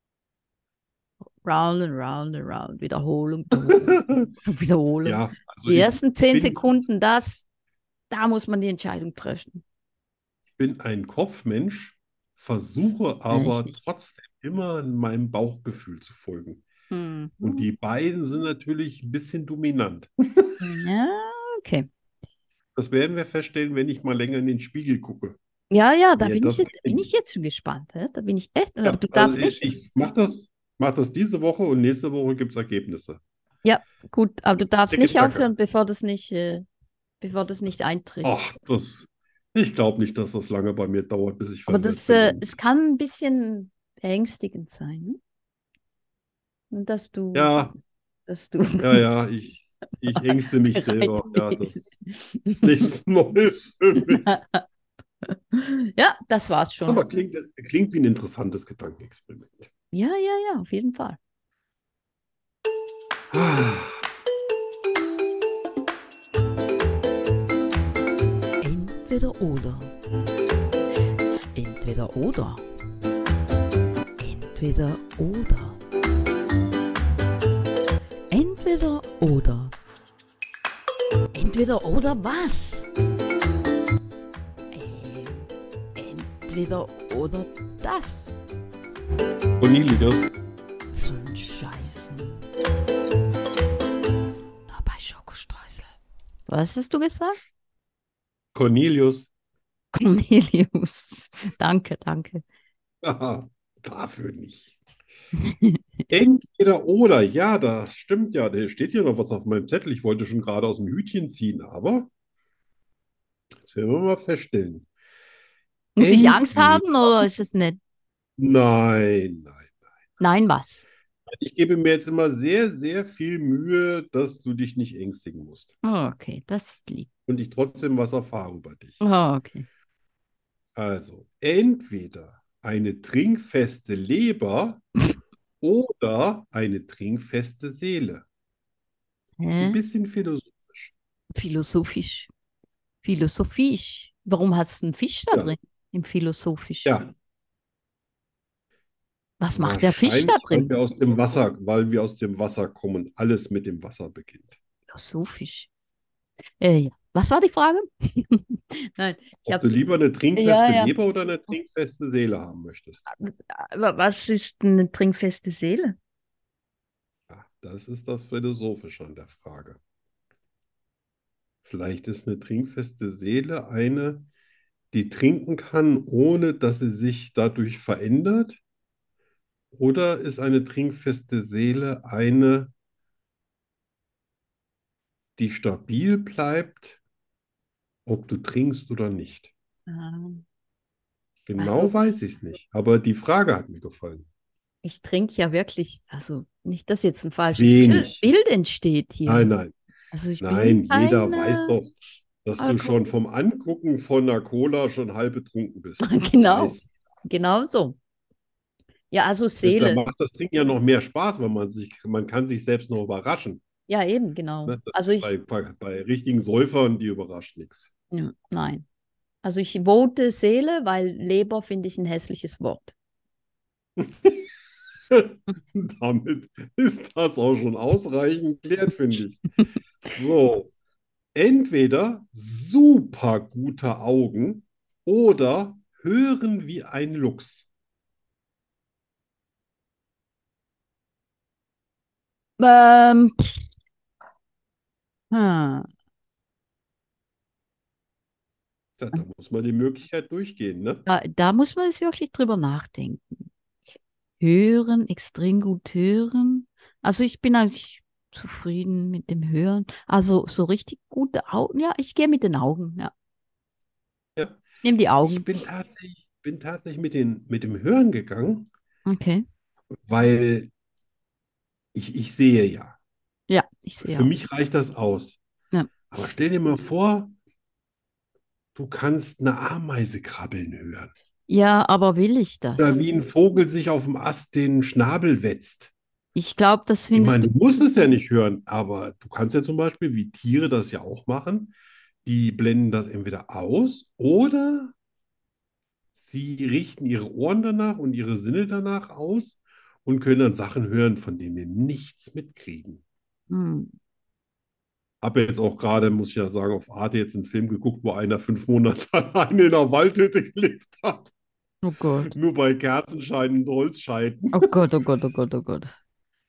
round and round and round. Wiederholung, Wiederholung, Wiederholung. Ja, also Die ich ersten zehn bin, Sekunden, das, da muss man die Entscheidung treffen. bin ein Kopfmensch, versuche aber Richtig. trotzdem immer meinem Bauchgefühl zu folgen. Hm. Mhm. Und die beiden sind natürlich ein bisschen dominant. Ja, okay. Das werden wir feststellen, wenn ich mal länger in den Spiegel gucke. Ja, ja, da Wer bin ich das jetzt, bin gewinnt. ich jetzt schon gespannt. Hä? Da bin ich echt. Aber Ja, du also darfst ich, nicht. ich mache das, mach das diese Woche und nächste Woche gibt es Ergebnisse. Ja, gut, aber du darfst Zicke, nicht zacke. aufhören, bevor das nicht, äh, bevor das nicht eintritt. Ach, das, ich glaube nicht, dass das lange bei mir dauert, bis ich Aber das, verletze. äh, es kann ein bisschen beängstigend sein, ne? Und dass du, Ja, dass du ja, ja, ich, ich ängste mich selber. Ja, bereit das bist. ist nichts Neues für mich. Ja, das war's schon. Aber klingt, klingt wie ein interessantes Gedankenexperiment. Ja, ja, ja, auf jeden Fall. Ah, Entweder oder. Entweder oder. Entweder oder. Entweder oder. Entweder oder was? Ähm, entweder oder das. Cornelius, Zum Scheißen. Nur bei Schokostreusel. Was hast du gesagt? Cornelius, Cornelius. Danke, danke. haha, dafür nicht. Entweder oder, ja, das stimmt ja. Da steht hier noch was auf meinem Zettel. Ich wollte schon gerade aus dem Hütchen ziehen, aber das werden wir mal feststellen. Muss ich Angst Entweder, haben oder ist es nett? nein, nein. Nein, was? Ich gebe mir jetzt immer sehr, sehr viel Mühe, dass du dich nicht ängstigen musst Oh, okay, das ist lieb. und ich trotzdem was erfahre über dich. Oh, okay. Also, entweder eine trinkfeste Leber oder eine trinkfeste Seele. Ist ein Hä? bisschen philosophisch. Philosophisch. Philosophisch. Warum hast du einen Fisch da Ja. drin? Im Philosophisch. Ja, Was macht der Fisch da wahrscheinlich, weil drin? wir aus dem Wasser, weil wir aus dem Wasser kommen. Alles mit dem Wasser beginnt. Philosophisch. Äh, ja. Was war die Frage? Nein, ich Ob habe. du lieber eine trinkfeste Ja, ja. Leber oder eine trinkfeste Seele haben möchtest. Aber was ist eine trinkfeste Seele? Ja, das ist das Philosophische an der Frage. Vielleicht ist eine trinkfeste Seele eine, die trinken kann, ohne dass sie sich dadurch verändert. Oder ist eine trinkfeste Seele eine, die stabil bleibt, ob du trinkst oder nicht? Ähm, Genau Also, weiß ich es nicht. Aber die Frage hat mir gefallen. ich trinke ja wirklich, also nicht, dass jetzt ein falsches Bild, Wenig. Bild entsteht hier. Nein, nein, Also ich nein. bin Jeder kein, weiß äh, doch, dass du Alkohol- schon vom Angucken von einer Cola schon halb betrunken bist. Genau, Weiß. genau so. Ja, also Da Seele. macht das Trinken ja noch mehr Spaß, weil man sich, man kann sich selbst noch überraschen. Ja, eben, genau. Ne? Das Also ist ich, bei, bei, bei richtigen Säufern, die überrascht nichts. ja, nein. Also ich vote Seele, weil Leber finde ich ein hässliches Wort. Damit ist das auch schon ausreichend geklärt, finde ich. So, entweder super gute Augen oder hören wie ein Luchs. Ähm, hm. Ja, da muss man die Möglichkeit durchgehen, ne? Da, da muss man jetzt wirklich drüber nachdenken. Hören, extrem gut hören. Also ich bin eigentlich zufrieden mit dem Hören. Also so richtig gute Augen. Ja, ich gehe mit den Augen. Ja, Ja. ich nehme die Ich Augen. bin tatsächlich, bin tatsächlich mit den, mit dem Hören gegangen, Okay. weil ich, ich sehe ja. Ja, ich sehe Für auch. mich reicht das aus. Ja. Aber stell dir mal vor, du kannst eine Ameise krabbeln hören. Ja, aber will ich das? Oder wie ein Vogel sich auf dem Ast den Schnabel wetzt. Ich glaube, das Ich findest meine, du. du musst es ja nicht hören, aber du kannst ja zum Beispiel, wie Tiere das ja auch machen, die blenden das entweder aus oder sie richten ihre Ohren danach und ihre Sinne danach aus und können dann Sachen hören, von denen wir nichts mitkriegen. Hm. Habe jetzt auch gerade, muss ich ja sagen, auf Arte jetzt einen Film geguckt, wo einer fünf Monate alleine in einer Waldhütte gelebt hat. Oh Gott. Nur bei Kerzenschein und Holzscheiten. Oh Gott, oh Gott, oh Gott, oh Gott.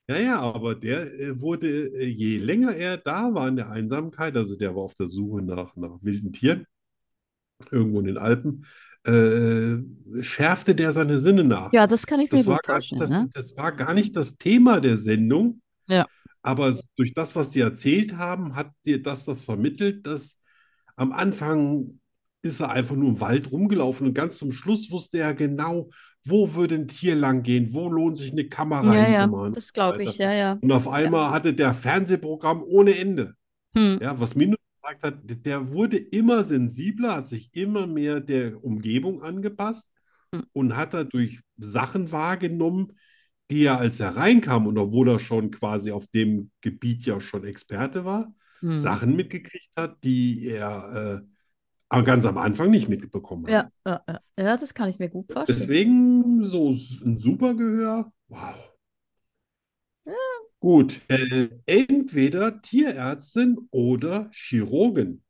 Ja, ja, aber der äh, wurde, äh, je länger er da war in der Einsamkeit, also der war auf der Suche nach, nach wilden Tieren, irgendwo in den Alpen, äh, schärfte der seine Sinne nach. Ja, das kann ich mir Das war gut gar nicht vorstellen, das, ne? das war gar nicht das Thema der Sendung, Ja. aber durch das, was die erzählt haben, hat dir das das vermittelt, dass am Anfang ist er einfach nur im Wald rumgelaufen und ganz zum Schluss wusste er genau, wo würde ein Tier lang gehen, wo lohnt sich eine Kamera Ja, ja, hinzumachen und das so glaube ich, weiter. ja, ja. Und auf Ja. einmal hatte der Fernsehprogramm ohne Ende. Hm. Ja, was mir nur gesagt hat, der wurde immer sensibler, hat sich immer mehr der Umgebung angepasst Hm. und hat dadurch Sachen wahrgenommen, die er, als er reinkam und obwohl er schon quasi auf dem Gebiet ja schon Experte war, Hm. Sachen mitgekriegt hat, die er äh, aber ganz am Anfang nicht mitbekommen hat. Ja, ja, ja. Ja, das kann ich mir gut vorstellen. Deswegen so s- ein super Gehör. Wow. Ja. Gut, äh, entweder Tierärztin oder Chirurgin.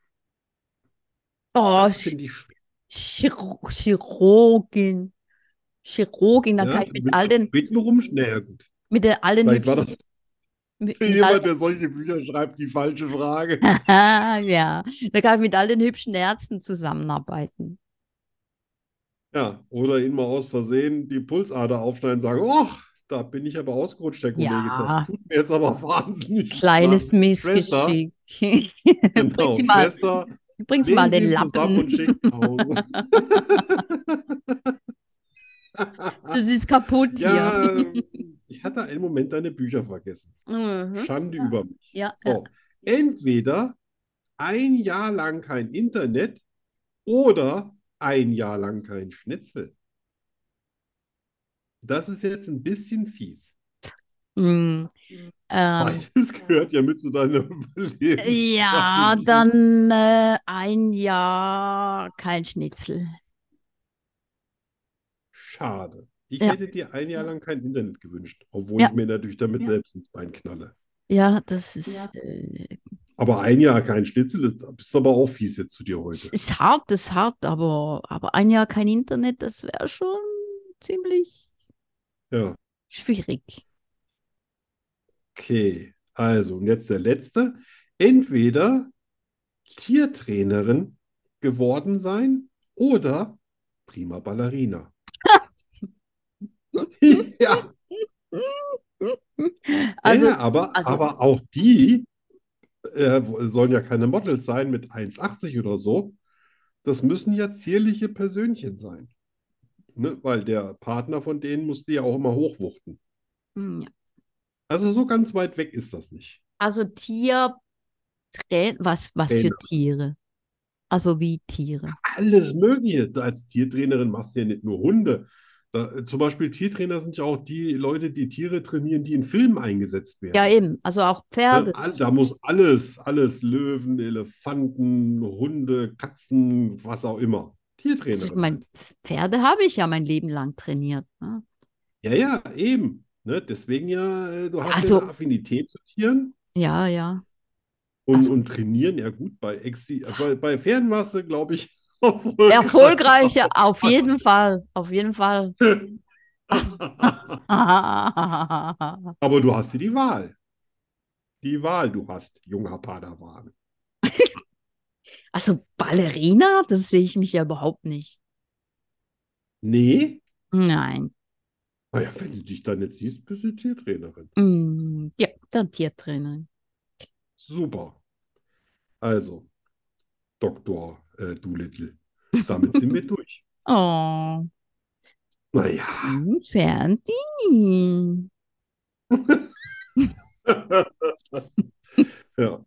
Oh, Das Ch- finde ich schwer. Chiro Chirurgin. Chirurgin, dann kann Ja, ich du mit willst all doch den, bitten rum. Naja, gut. mit den allen Vielleicht war hübschen, das mit, für mit all jemand, der solche Bücher schreibt, die falsche Frage. ja, da kann ich mit all den hübschen Ärzten zusammenarbeiten. Ja, oder ihn mal aus Versehen die Pulsader aufschneiden und sagen, oh, da bin ich aber ausgerutscht, Herr Kollege. Das Ja, tut mir jetzt aber wahnsinnig kleines leid. Schwester, Missgeschick. Bring genau, Sie mal, Schwester, bring Sie mal nähen Sie den ihn zusammen Lappen. und schicken nach Hause. Das ist kaputt hier. Ja, ich hatte einen Moment deine Bücher vergessen. Mhm. Schande über mich. Ja, ja. So, entweder ein Jahr lang kein Internet oder ein Jahr lang kein Schnitzel. Das ist jetzt ein bisschen fies. Mm, ähm, Beides gehört ja mit zu deiner ja, Überlebensstrategie. dann äh, ein Jahr kein Schnitzel. Schade. Ich Ja, hätte dir ein Jahr lang kein Internet gewünscht, obwohl ja, ich mir natürlich damit selbst ins Bein knalle. ja, das ist, äh, Aber ein Jahr kein Schnitzel ist, ist aber auch fies jetzt zu dir es heute. ist hart, das ist hart, aber, aber ein Jahr kein Internet, das wäre schon ziemlich Ja, schwierig. okay. Also, und jetzt der letzte. Entweder Tiertrainerin geworden sein oder prima Ballerina. Ja, ja, Also, ja, aber, also, aber auch die äh, sollen ja keine Models sein mit eins achtzig oder so. Das müssen ja zierliche Persönchen sein. Ne? Weil der Partner von denen musste ja auch immer hochwuchten. mm, ja. Also so ganz weit weg ist das nicht. Also Tierträ was, was für Trainer. Tiere? Also wie Tiere. Alles Mögliche. Du als Tiertrainerin machst du ja nicht nur Hunde. Da, zum Beispiel Tiertrainer sind ja auch die Leute, die Tiere trainieren, die in Filmen eingesetzt Ja, werden. eben. Also auch Ne? Pferde. All, da muss alles, alles, Löwen, Elefanten, Hunde, Katzen, was auch immer. Also ich Tiertrainerin meine, halt. Pferde habe ich ja mein Leben lang trainiert. Ne? Ja, ja, eben. Ne? Deswegen ja, äh, du hast ja Also, eine Affinität zu Tieren ja, ja. und, Also und trainieren, ja gut, bei Exi, äh, bei, bei Pferden warst du, glaube ich, erfolgreich. erfolgreicher, auf jeden Fall. Auf jeden Fall. Aber du hast ja die Wahl. Die Wahl, du hast, junger Padawan. Also Ballerina, das sehe ich mich ja überhaupt nicht. Nee? Nein. Naja, wenn du dich dann jetzt siehst, bist du Tiertrainerin. Mm, ja, dann Tiertrainerin. Super. Also, Doktor äh, Doolittle, damit sind wir durch. Oh, Naja. mm, Fernsehen. Ja.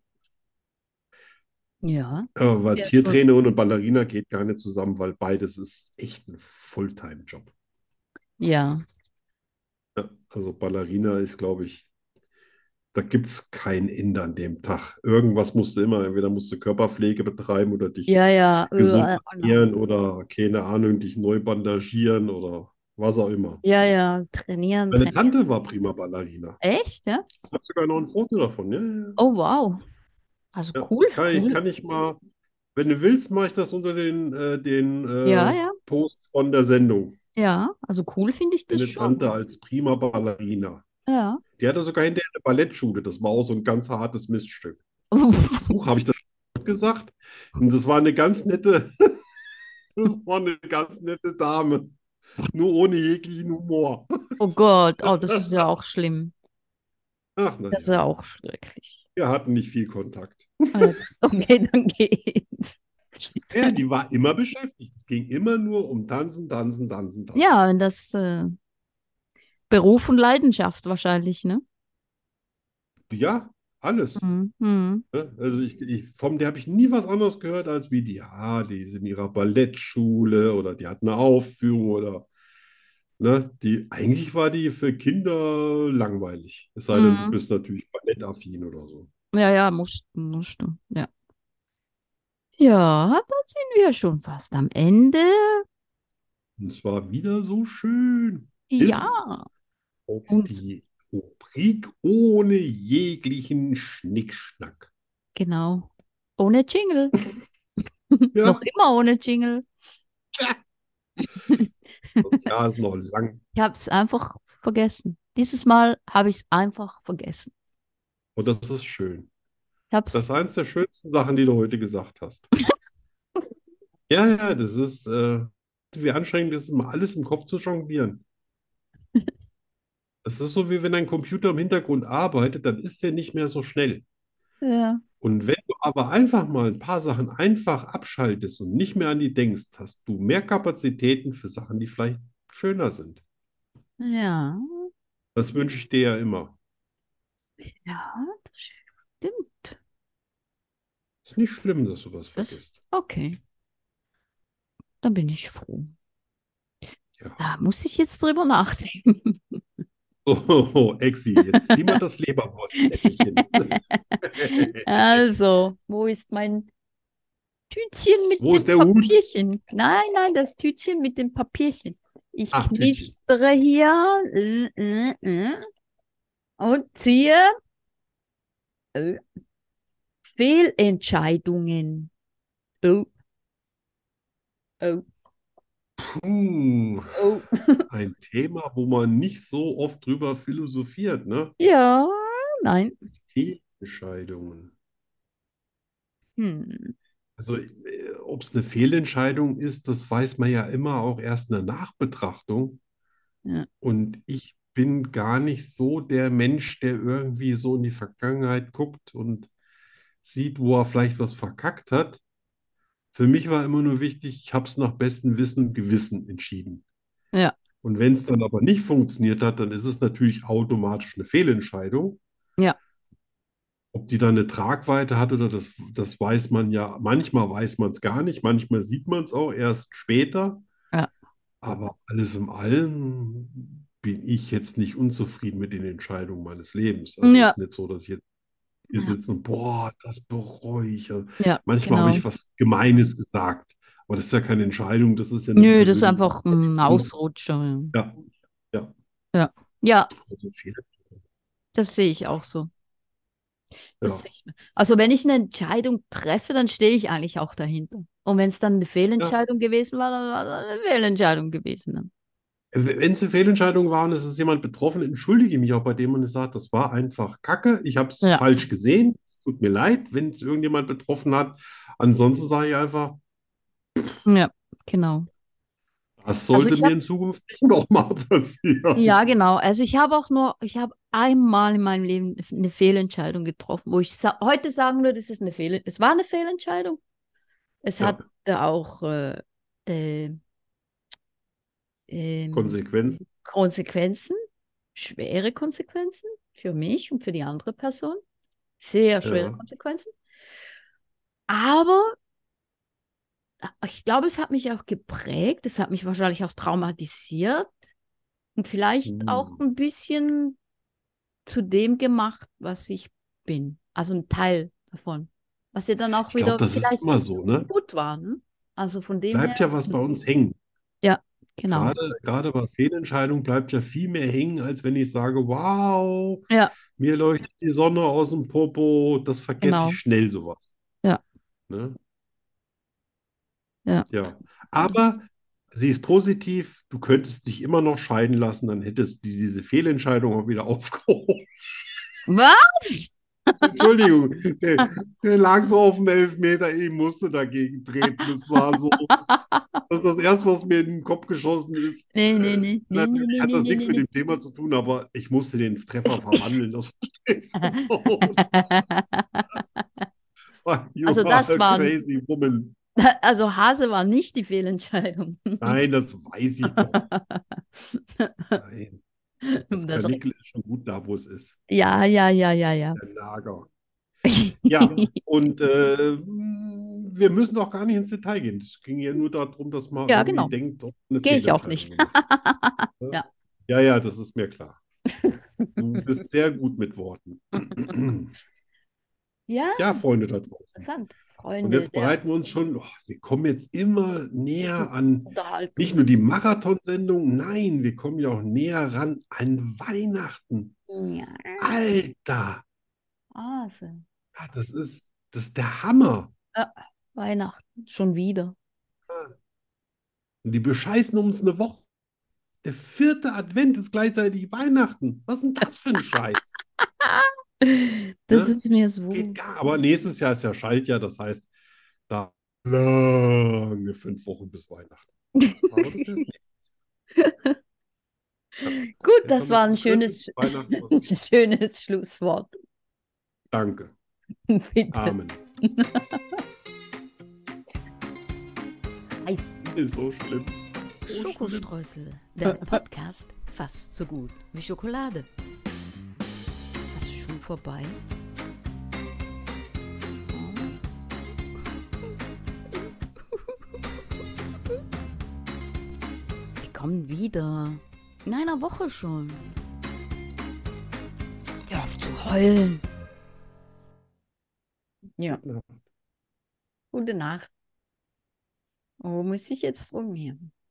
Ja, Aber ja, schon. Tiertrainerin und Ballerina geht gar nicht zusammen, weil beides ist echt ein Fulltime-Job. Ja, Ja, also Ballerina ist, glaube ich, da gibt es kein Ende an dem Tag. Irgendwas musst du immer, entweder musst du Körperpflege betreiben oder dich ja, ja. gesund äh, ernähren oder, keine Ahnung, dich neu bandagieren oder was auch immer. Ja, ja, trainieren, Meine trainieren. Tante war prima Ballerina. Echt, ja? Ich habe sogar noch ein Foto davon. Ja, ja, ja. Oh, wow. Also Ja, cool, kann ich, cool. kann ich mal, wenn du willst, mache ich das unter den, äh, den Ja, äh, ja, Post von der Sendung. ja. Also cool finde ich das Meine schon. Tante als prima Ballerina. Ja. Die hatte sogar hinterher eine Ballettschule. Das war auch so ein ganz hartes Miststück. Huch, habe ich das schon gesagt? Und das war eine ganz nette, das war eine ganz nette Dame. Nur ohne jeglichen Humor. Oh Gott, oh, das ist ja auch schlimm. Ach, Das ist ja naja, auch schrecklich. wir hatten nicht viel Kontakt. Äh, Okay, dann geht's. Ja, die war immer beschäftigt. Es ging immer nur um Tanzen, Tanzen, Tanzen, Tanzen. Ja, wenn das äh, Beruf und Leidenschaft wahrscheinlich, ne? Ja, alles. Mhm. Mhm. Ne? Also ich, ich, von der habe ich nie was anderes gehört, als wie die, ja, die ist in ihrer Ballettschule oder die hat eine Aufführung oder, ne, die, eigentlich war die für Kinder langweilig. Es sei denn, du Mhm. bist natürlich ballettaffin oder so. Ja, ja, musst, musst du. Ja. Ja, dann sind wir schon fast am Ende. Und zwar wieder so schön. Ja, Bis auf und die Rubrik ohne jeglichen Schnickschnack. genau. Ohne Jingle. Noch Ja, immer ohne Jingle. das Jahr ist noch lang. Ich habe es einfach vergessen. Dieses Mal habe ich es einfach vergessen. Und das ist schön. Ich habe Das es. ist eins der schönsten Sachen, die du heute gesagt hast. Ja, ja, das ist, äh, wie anstrengend es ist, immer alles im Kopf zu jonglieren. Das ist so, wie wenn ein Computer im Hintergrund arbeitet, dann ist der nicht mehr so schnell. Ja. Und wenn du aber einfach mal ein paar Sachen einfach abschaltest und nicht mehr an die denkst, hast du mehr Kapazitäten für Sachen, die vielleicht schöner sind. Ja. Das wünsche ich dir ja immer. Ja, das stimmt. Ist nicht schlimm, dass du was Das, vergisst. okay. Da bin ich froh. Ja. Da muss ich jetzt drüber nachdenken. Oh, oh, oh, Exi, jetzt zieh mal das Leberwurstzettelchen. Also, wo ist mein Tütchen mit Wo dem ist der Hut? Papierchen? Nein, nein, das Tütchen mit dem Papierchen. Ich Ach, Tütchen. knistere hier äh, äh, äh, und ziehe äh, Fehlentscheidungen. Oh, oh, Puh, oh. ein Thema, wo man nicht so oft drüber philosophiert, ne? Ja, nein. Fehlentscheidungen. Hm. Also, ob es eine Fehlentscheidung ist, das weiß man ja immer auch erst in der Nachbetrachtung. Ja. Und ich bin gar nicht so der Mensch, der irgendwie so in die Vergangenheit guckt und sieht, wo er vielleicht was verkackt hat. Für mich war immer nur wichtig, ich habe es nach bestem Wissen und Gewissen entschieden. Ja, Und wenn es dann aber nicht funktioniert hat, dann ist es natürlich automatisch eine Fehlentscheidung. ja, Ob die dann eine Tragweite hat oder das, das weiß man ja, manchmal weiß man es gar nicht, manchmal sieht man es auch erst später. ja. Aber alles in allem bin ich jetzt nicht unzufrieden mit den Entscheidungen meines Lebens. Also es Ja, ist nicht so, dass ich jetzt hier ja, sitze und, boah, das bereue ich. Also ja, manchmal habe genau. ich was Gemeines gesagt, aber das ist ja keine Entscheidung, das ist ja eine Nö, das ist persönliche einfach ein Entscheidung. Ausrutscher. Ja, ja. Ja, ja, Also viele, das sehe ich auch so. Das ja. sehe ich. Also wenn ich eine Entscheidung treffe, dann stehe ich eigentlich auch dahinter. Und wenn es dann eine Ja. Fehlentscheidung gewesen war, dann war es eine Fehlentscheidung gewesen. Ne? Wenn es eine Fehlentscheidung war und es ist jemand betroffen, entschuldige ich mich auch bei dem und ich sage, das war einfach Kacke. Ich habe es Ja, falsch gesehen. Es tut mir leid, wenn es irgendjemand betroffen hat. Ansonsten sage ich einfach, ja, genau. das Also sollte ich mir habe, in Zukunft nicht nochmal passieren. ja, genau. Also ich habe auch nur, ich habe einmal in meinem Leben eine Fehlentscheidung getroffen, wo ich sa heute sagen würde, es ist eine Fehl, es war eine Fehlentscheidung. Es Ja, hat äh, auch äh, äh, ähm, Konsequenzen. Konsequenzen, schwere Konsequenzen für mich und für die andere Person. Sehr schwere Ja. Konsequenzen. Aber ich glaube, es hat mich auch geprägt. Es hat mich wahrscheinlich auch traumatisiert und vielleicht auch Uh. ein bisschen zu dem gemacht, was ich bin. Also ein Teil davon. Was ja dann auch Ich glaube, wieder das ist vielleicht immer so, ne? gut war. Ne? Also von dem her, Bleibt ja was bei uns hängen. ja, genau. Gerade, gerade bei Fehlentscheidungen bleibt ja viel mehr hängen, als wenn ich sage, wow, Ja, mir leuchtet die Sonne aus dem Popo. Das vergesse ich genau. schnell, sowas. Ja, Ne? ja. Ja. Das, Aber Sie ist positiv, du könntest dich immer noch scheiden lassen, dann hättest du diese Fehlentscheidung auch wieder aufgehoben. Was? Entschuldigung, der, der lag so auf dem Elfmeter, ich musste dagegen treten. Das war so, das ist das Erste, was mir in den Kopf geschossen ist. Nee, nee, Äh, nee, nee, nee, natürlich nee, hat nee, das nee, nichts nee, mit nee. dem Thema zu tun, aber ich musste den Treffer verwandeln, das verstehst du doch. You Also are das a war, crazy woman. also Hase war nicht die Fehlentscheidung. Nein, das weiß ich doch. Nein, das Das, Karnickel ist schon gut da, wo es ist. ja, ja, ja, ja, ja. Der Lager. Ja, und äh, wir müssen auch gar nicht ins Detail gehen. Es ging ja nur darum, dass man Ja, irgendwie genau. denkt, doch eine Gehe ich auch Fehlentscheidung nicht. gemacht. Ne? Ja. Ja, ja, das ist mir klar. Du bist sehr gut mit Worten. Ja, Ja, Freunde da draußen. interessant. Und Freunde jetzt der bereiten wir uns schon, oh, wir kommen jetzt immer näher an Unterhaltung. nicht nur die Marathonsendung, nein, wir kommen ja auch näher ran an Weihnachten. Ja, Alter, Hase. ja, das ist, das ist der Hammer. Weihnachten, schon wieder. Und die bescheißen uns eine Woche. Der vierte Advent ist gleichzeitig Weihnachten. Was ist denn das für ein Scheiß? Das Ne? ist mir so. Geht gar, aber nächstes Jahr ist ja Schaltjahr, das heißt, da lange fünf Wochen bis Weihnachten. Aber das ist erst nächstes Jahr. Ja. Gut, Jetzt das haben wir war ein das schönes, kürzeste Weihnachten, was ich- schönes Schlusswort. Danke. Bitte. Amen. Eis. Ist so schlimm. So schlimm. Schokostreusel, der Podcast fast so gut wie Schokolade. Das ist schon vorbei. Wir kommen wieder. In einer Woche schon. Hör auf zu heulen. Ja, gute Nacht. Wo muss ich jetzt rumgehen?